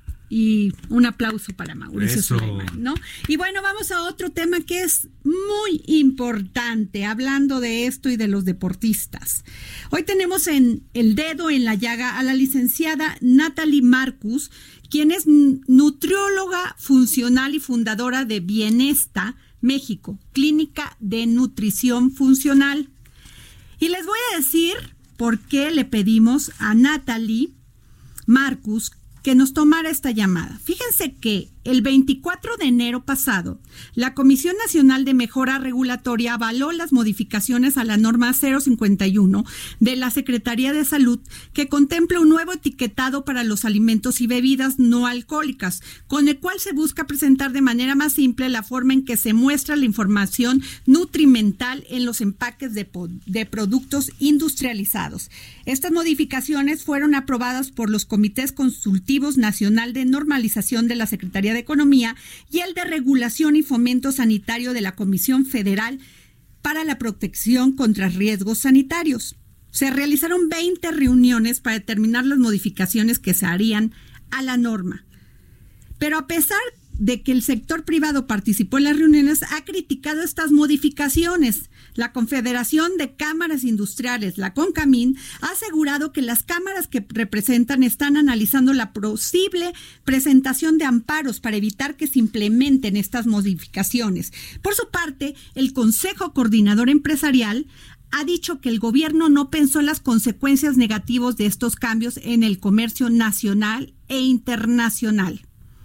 y un aplauso para Mauricio Eso. Sulaimán, ¿no? Y bueno, vamos a otro tema que es muy importante, hablando de esto y de los deportistas. Hoy tenemos en el dedo en la llaga a la licenciada Natalie Marcus, quien es nutrióloga funcional y fundadora de Bienesta México, clínica de nutrición funcional. Y les voy a decir por qué le pedimos a Natalie Marcus que nos tomara esta llamada. Fíjense que el veinticuatro de enero pasado, la Comisión Nacional de Mejora Regulatoria avaló las modificaciones a la norma cero cincuenta y uno de la Secretaría de Salud, que contempla un nuevo etiquetado para los alimentos y bebidas no alcohólicas, con el cual se busca presentar de manera más simple la forma en que se muestra la información nutrimental en los empaques de, de productos industrializados. Estas modificaciones fueron aprobadas por los Comités Consultivos Nacional de Normalización de la Secretaría de Economía y el de Regulación y Fomento Sanitario de la Comisión Federal para la Protección contra Riesgos Sanitarios. Se realizaron veinte reuniones para determinar las modificaciones que se harían a la norma. Pero a pesar de que el sector privado participó en las reuniones, ha criticado estas modificaciones. La Confederación de Cámaras Industriales, la CONCAMIN, ha asegurado que las cámaras que representan están analizando la posible presentación de amparos para evitar que se implementen estas modificaciones. Por su parte, el Consejo Coordinador Empresarial ha dicho que el gobierno no pensó en las consecuencias negativas de estos cambios en el comercio nacional e internacional.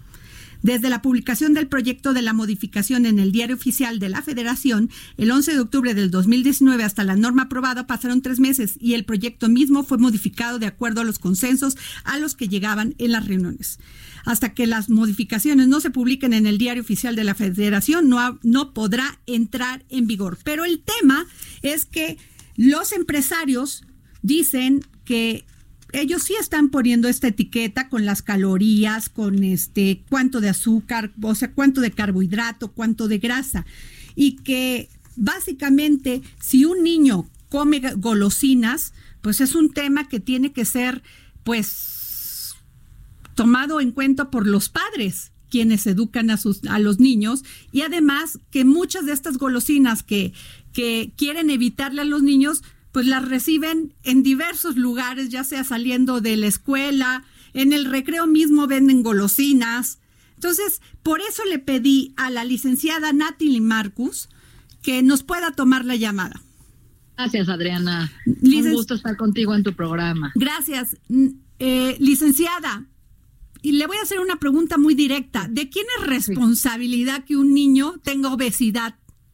Desde la publicación del proyecto de la modificación en el Diario Oficial de la Federación, el once de octubre del dos mil diecinueve, hasta la norma aprobada pasaron tres meses y el proyecto mismo fue modificado de acuerdo a los consensos a los que llegaban en las reuniones. Hasta que las modificaciones no se publiquen en el Diario Oficial de la Federación, no, ha, no podrá entrar en vigor. Pero el tema es que los empresarios dicen que ellos sí están poniendo esta etiqueta con las calorías, con este cuánto de azúcar, o sea, cuánto de carbohidrato, cuánto de grasa. Y que básicamente si un niño come golosinas, pues es un tema que tiene que ser pues tomado en cuenta por los padres, quienes educan a sus a los niños, y además que muchas de estas golosinas que, que quieren evitarle a los niños, pues las reciben en diversos lugares, ya sea saliendo de la escuela, en el recreo mismo venden golosinas. Entonces, por eso le pedí a la licenciada Natalie Marcus que nos pueda tomar la llamada. Gracias, Adriana. Licen... Un gusto estar contigo en tu programa. Gracias. Eh, licenciada, y le voy a hacer una pregunta muy directa. ¿De quién es responsabilidad que un niño tenga obesidad?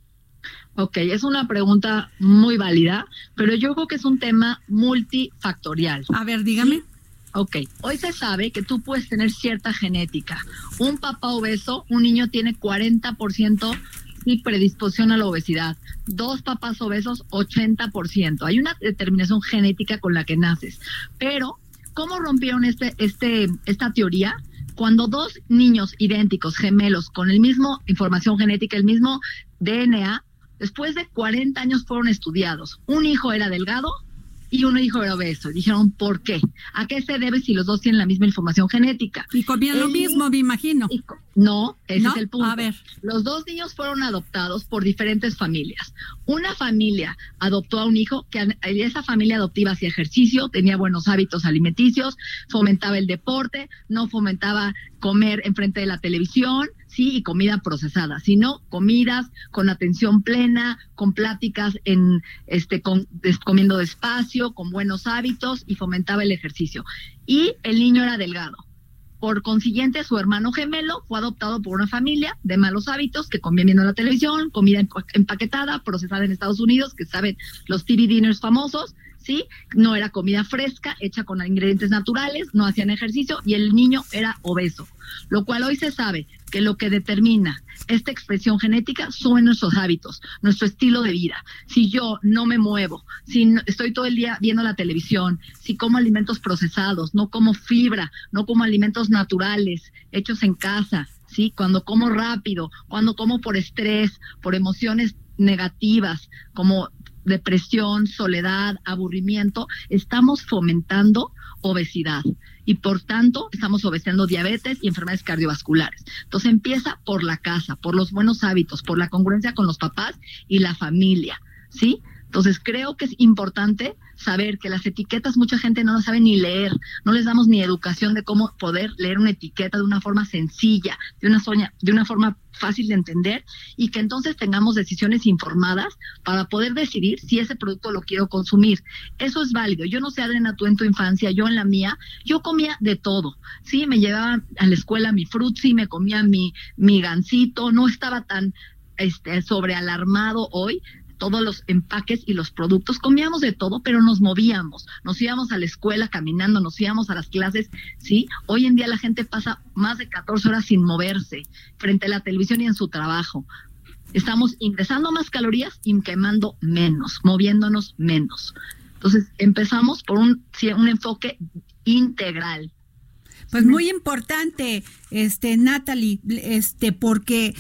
Ok, es una pregunta muy válida, pero yo creo que es un tema multifactorial. A ver, dígame. ¿Sí? Ok, hoy se sabe que tú puedes tener cierta genética. Un papá obeso, un niño tiene cuarenta por ciento y predisposición a la obesidad. Dos papás obesos, ochenta por ciento. Hay una determinación genética con la que naces. Pero, ¿cómo rompieron este, este, esta teoría? Cuando dos niños idénticos, gemelos, con el mismo información genética, el mismo D N A, después de cuarenta años fueron estudiados. Un hijo era delgado y un hijo era obeso. Dijeron, ¿por qué? ¿A qué se debe si los dos tienen la misma información genética? Y comían lo mismo, me imagino. Y, no, ese ¿No? es el punto. A ver. Los dos niños fueron adoptados por diferentes familias. Una familia adoptó a un hijo que esa familia adoptiva hacía ejercicio, tenía buenos hábitos alimenticios, fomentaba el deporte, no fomentaba comer enfrente de la televisión, sí, y comida procesada, sino comidas con atención plena, con pláticas en este con, des, comiendo despacio, con buenos hábitos y fomentaba el ejercicio. Y el niño era delgado. Por consiguiente, su hermano gemelo fue adoptado por una familia de malos hábitos que comían viendo la televisión, comida empaquetada, procesada en Estados Unidos, que saben los T V dinners famosos, ¿sí? No era comida fresca, hecha con ingredientes naturales, no hacían ejercicio y el niño era obeso. Lo cual hoy se sabe que lo que determina esta expresión genética son nuestros hábitos, nuestro estilo de vida. Si yo no me muevo, si no, estoy todo el día viendo la televisión, si como alimentos procesados, no como fibra, no como alimentos naturales, hechos en casa, ¿sí? Cuando como rápido, cuando como por estrés, por emociones negativas, como depresión, soledad, aburrimiento, estamos fomentando obesidad y por tanto estamos obedeciendo diabetes y enfermedades cardiovasculares. Entonces empieza por la casa, por los buenos hábitos, por la congruencia con los papás y la familia, ¿sí? Entonces creo que es importante saber que las etiquetas mucha gente no las sabe ni leer, no les damos ni educación de cómo poder leer una etiqueta de una forma sencilla, de una, soña, de una forma fácil de entender y que entonces tengamos decisiones informadas para poder decidir si ese producto lo quiero consumir. Eso es válido. Yo no sé, Adriana, tú en tu infancia, yo en la mía, yo comía de todo, ¿sí? Me llevaba a la escuela mi frutzi, me comía mi, mi gansito, no estaba tan este, sobrealarmado hoy. Todos los empaques y los productos, comíamos de todo, pero nos movíamos, nos íbamos a la escuela caminando, nos íbamos a las clases, ¿sí? Hoy en día la gente pasa más de catorce horas sin moverse frente a la televisión y en su trabajo. Estamos ingresando más calorías y quemando menos, moviéndonos menos. Entonces empezamos por un, un enfoque integral. Pues muy importante, este Natalie, este porque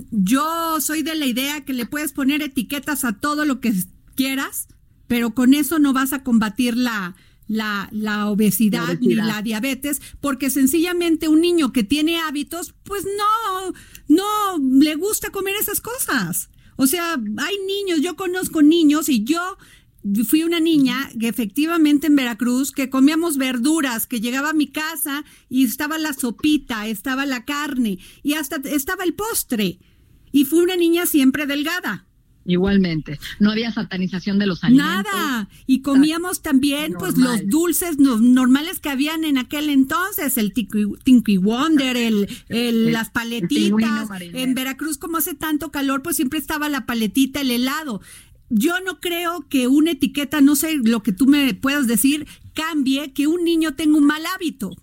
yo soy de la idea que le puedes poner etiquetas a todo lo que quieras, pero con eso no vas a combatir la la la obesidad, la obesidad ni la diabetes, porque sencillamente un niño que tiene hábitos, pues no no le gusta comer esas cosas. O sea, hay niños, yo conozco niños y yo fui una niña que efectivamente en Veracruz, que comíamos verduras, que llegaba a mi casa y estaba la sopita, estaba la carne y hasta estaba el postre. Y fui una niña siempre delgada. Igualmente, no había satanización de los alimentos. Nada, y comíamos también normal. Pues los dulces no, normales que habían en aquel entonces, el Tinky Wonder, el, el, el las paletitas. El en Veracruz, como hace tanto calor, pues siempre estaba la paletita, el helado. Yo no creo que una etiqueta, no sé lo que tú me puedas decir, cambie que un niño tenga un mal hábito.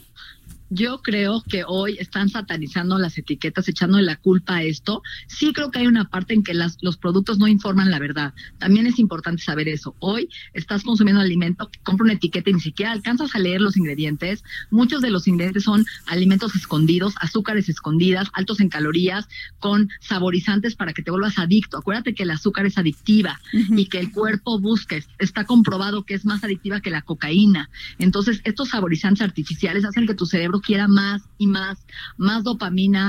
Yo creo que hoy están satanizando las etiquetas, echándole la culpa a esto. Sí creo que hay una parte en que las, los productos no informan la verdad. También es importante saber eso. Hoy estás consumiendo alimento, compra una etiqueta y ni siquiera alcanzas a leer los ingredientes. Muchos de los ingredientes son alimentos escondidos, azúcares escondidas, altos en calorías, con saborizantes para que te vuelvas adicto. Acuérdate que el azúcar es adictiva uh-huh. y que el cuerpo busca. Está comprobado que es más adictiva que la cocaína. Entonces, estos saborizantes artificiales hacen que tu cerebro quiera más y más, más dopamina,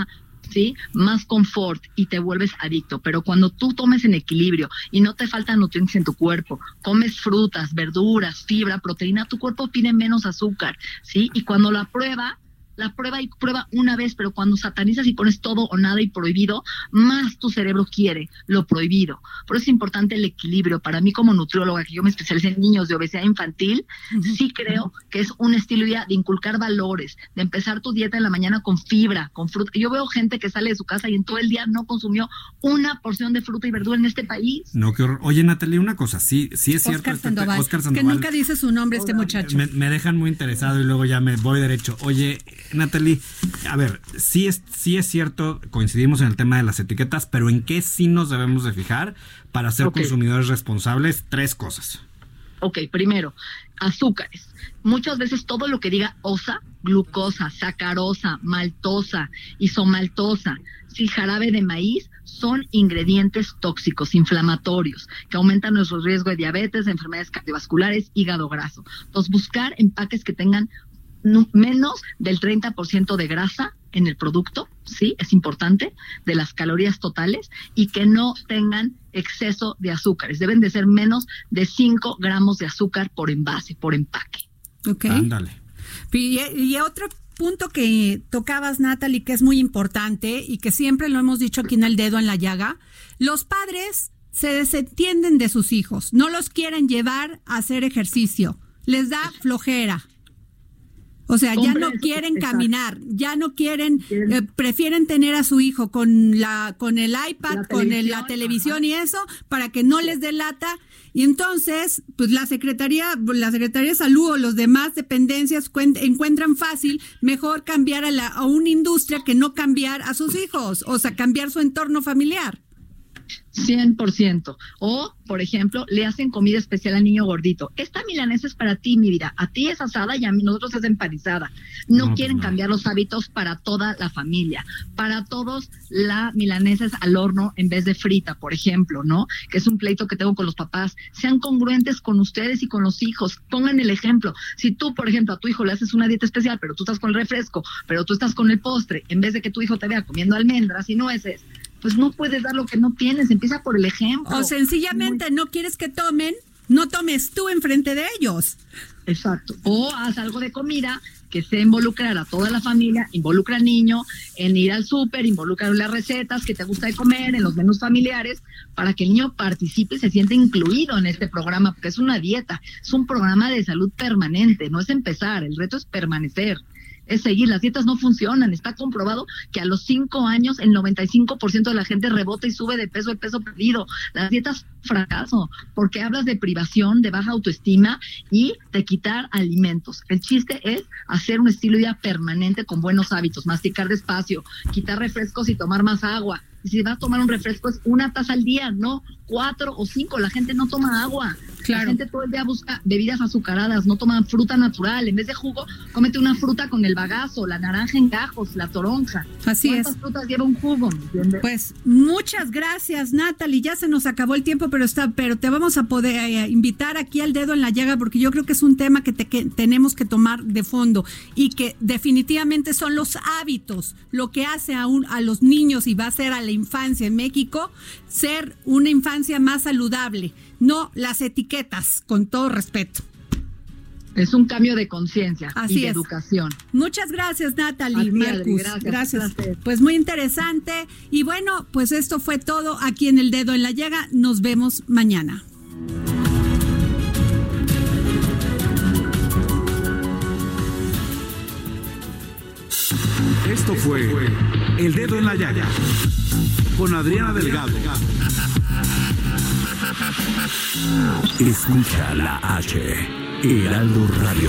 ¿sí? Más confort y te vuelves adicto. Pero cuando tú tomes en equilibrio y no te faltan nutrientes en tu cuerpo, comes frutas, verduras, fibra, proteína, tu cuerpo pide menos azúcar, ¿sí? Y cuando la prueba, la prueba y prueba una vez, pero cuando satanizas y pones todo o nada y prohibido, más tu cerebro quiere lo prohibido. Por eso es importante el equilibrio. Para mí como nutrióloga, que yo me especialicé en niños de obesidad infantil, uh-huh. sí creo que es un estilo de vida de inculcar valores, de empezar tu dieta en la mañana con fibra, con fruta. Yo veo gente que sale de su casa y en todo el día no consumió una porción de fruta y verdura en este país. No, qué horror. Oye, Natalie, una cosa, sí, sí es cierto. Oscar Sandoval, este, Oscar Sandoval, que nunca dice su nombre este muchacho. Me, me dejan muy interesado y luego ya me voy derecho. Oye, Natalie, a ver, sí es, sí es cierto, coincidimos en el tema de las etiquetas, pero ¿en qué sí nos debemos de fijar para ser okay. consumidores responsables? Tres cosas. Ok, primero, azúcares. Muchas veces todo lo que diga osa, glucosa, sacarosa, maltosa, isomaltosa, sí, jarabe de maíz, son ingredientes tóxicos, inflamatorios, que aumentan nuestro riesgo de diabetes, de enfermedades cardiovasculares, hígado graso. Entonces, buscar empaques que tengan menos del treinta por ciento de grasa en el producto, sí, es importante, de las calorías totales, y que no tengan exceso de azúcares. Deben de ser menos de cinco gramos de azúcar por envase, por empaque. Ok. Ándale. Y, y otro punto que tocabas, Natalie, que es muy importante y que siempre lo hemos dicho aquí en El Dedo en la Llaga, los padres se desentienden de sus hijos, no los quieren llevar a hacer ejercicio, les da flojera. O sea, ya no quieren caminar, ya no quieren, eh, prefieren tener a su hijo con la con el iPad, con el, la televisión ajá. y eso, para que no les dé lata. Y entonces, pues la Secretaría, la Secretaría de Salud o los demás dependencias cuen- encuentran fácil mejor cambiar a, la, a una industria que no cambiar a sus hijos, o sea, cambiar su entorno familiar. cien por ciento. O, por ejemplo, le hacen comida especial al niño gordito. Esta milanesa es para ti, mi vida. A ti es asada y a nosotros es empanizada. No, no quieren no. cambiar los hábitos para toda la familia. Para todos, la milanesa es al horno en vez de frita, por ejemplo, ¿no? Que es un pleito que tengo con los papás. Sean congruentes con ustedes y con los hijos. Pongan el ejemplo. Si tú, por ejemplo, a tu hijo le haces una dieta especial, pero tú estás con el refresco, pero tú estás con el postre, en vez de que tu hijo te vea comiendo almendras y nueces, pues no puedes dar lo que no tienes, empieza por el ejemplo. O sencillamente no quieres que tomen, no tomes tú enfrente de ellos. Exacto. O haz algo de comida que se involucrar a toda la familia, involucra al niño en ir al súper, involucra en las recetas que te gusta de comer, en los menús familiares, para que el niño participe y se sienta incluido en este programa, porque es una dieta, es un programa de salud permanente, no es empezar, el reto es permanecer. Es seguir, las dietas no funcionan, está comprobado que a los cinco años el noventa y cinco por ciento de la gente rebota y sube de peso, el peso perdido. Las dietas fracaso, porque hablas de privación, de baja autoestima y de quitar alimentos. El chiste es hacer un estilo de vida permanente con buenos hábitos, masticar despacio, quitar refrescos y tomar más agua. Y si vas a tomar un refresco es una taza al día, no cuatro o cinco. La gente no toma agua. Claro. La gente todo el día busca bebidas azucaradas, no toman fruta natural. En vez de jugo, cómete una fruta con el bagazo, la naranja en gajos, la toronja. Así es. ¿Cuántas frutas lleva un jugo? ¿Me entiendes? Pues muchas gracias, Natalie. Ya se nos acabó el tiempo, pero está, pero te vamos a poder eh, invitar aquí al Dedo en la Llaga, porque yo creo que es un tema que, te, que tenemos que tomar de fondo y que definitivamente son los hábitos, lo que hace a, un, a los niños y va a ser a la infancia en México ser una infancia más saludable, no las etiquetas, con todo respeto. Es un cambio de conciencia y de es. educación. Muchas gracias, Natalie, ti, Marcus. Gracias. gracias. Pues muy interesante. Y bueno, pues esto fue todo aquí en El Dedo en la Llaga. Nos vemos mañana. Esto fue El Dedo en la Llaga con Adriana Delgado. Escucha la H, Heraldo Radio.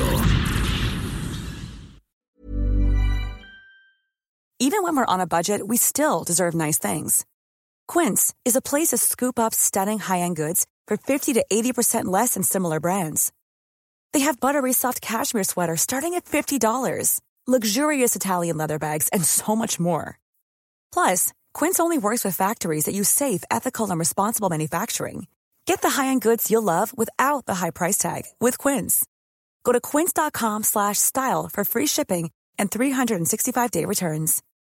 Even when we're on a budget, we still deserve nice things. Quince is a place to scoop up stunning high-end goods for fifty to eighty percent less than similar brands. They have buttery soft cashmere sweaters starting at fifty dollars, luxurious Italian leather bags, and so much more. Plus, Quince only works with factories that use safe, ethical, and responsible manufacturing. Get the high-end goods you'll love without the high price tag with Quince. Go to quince.com slash style for free shipping and three sixty-five day returns.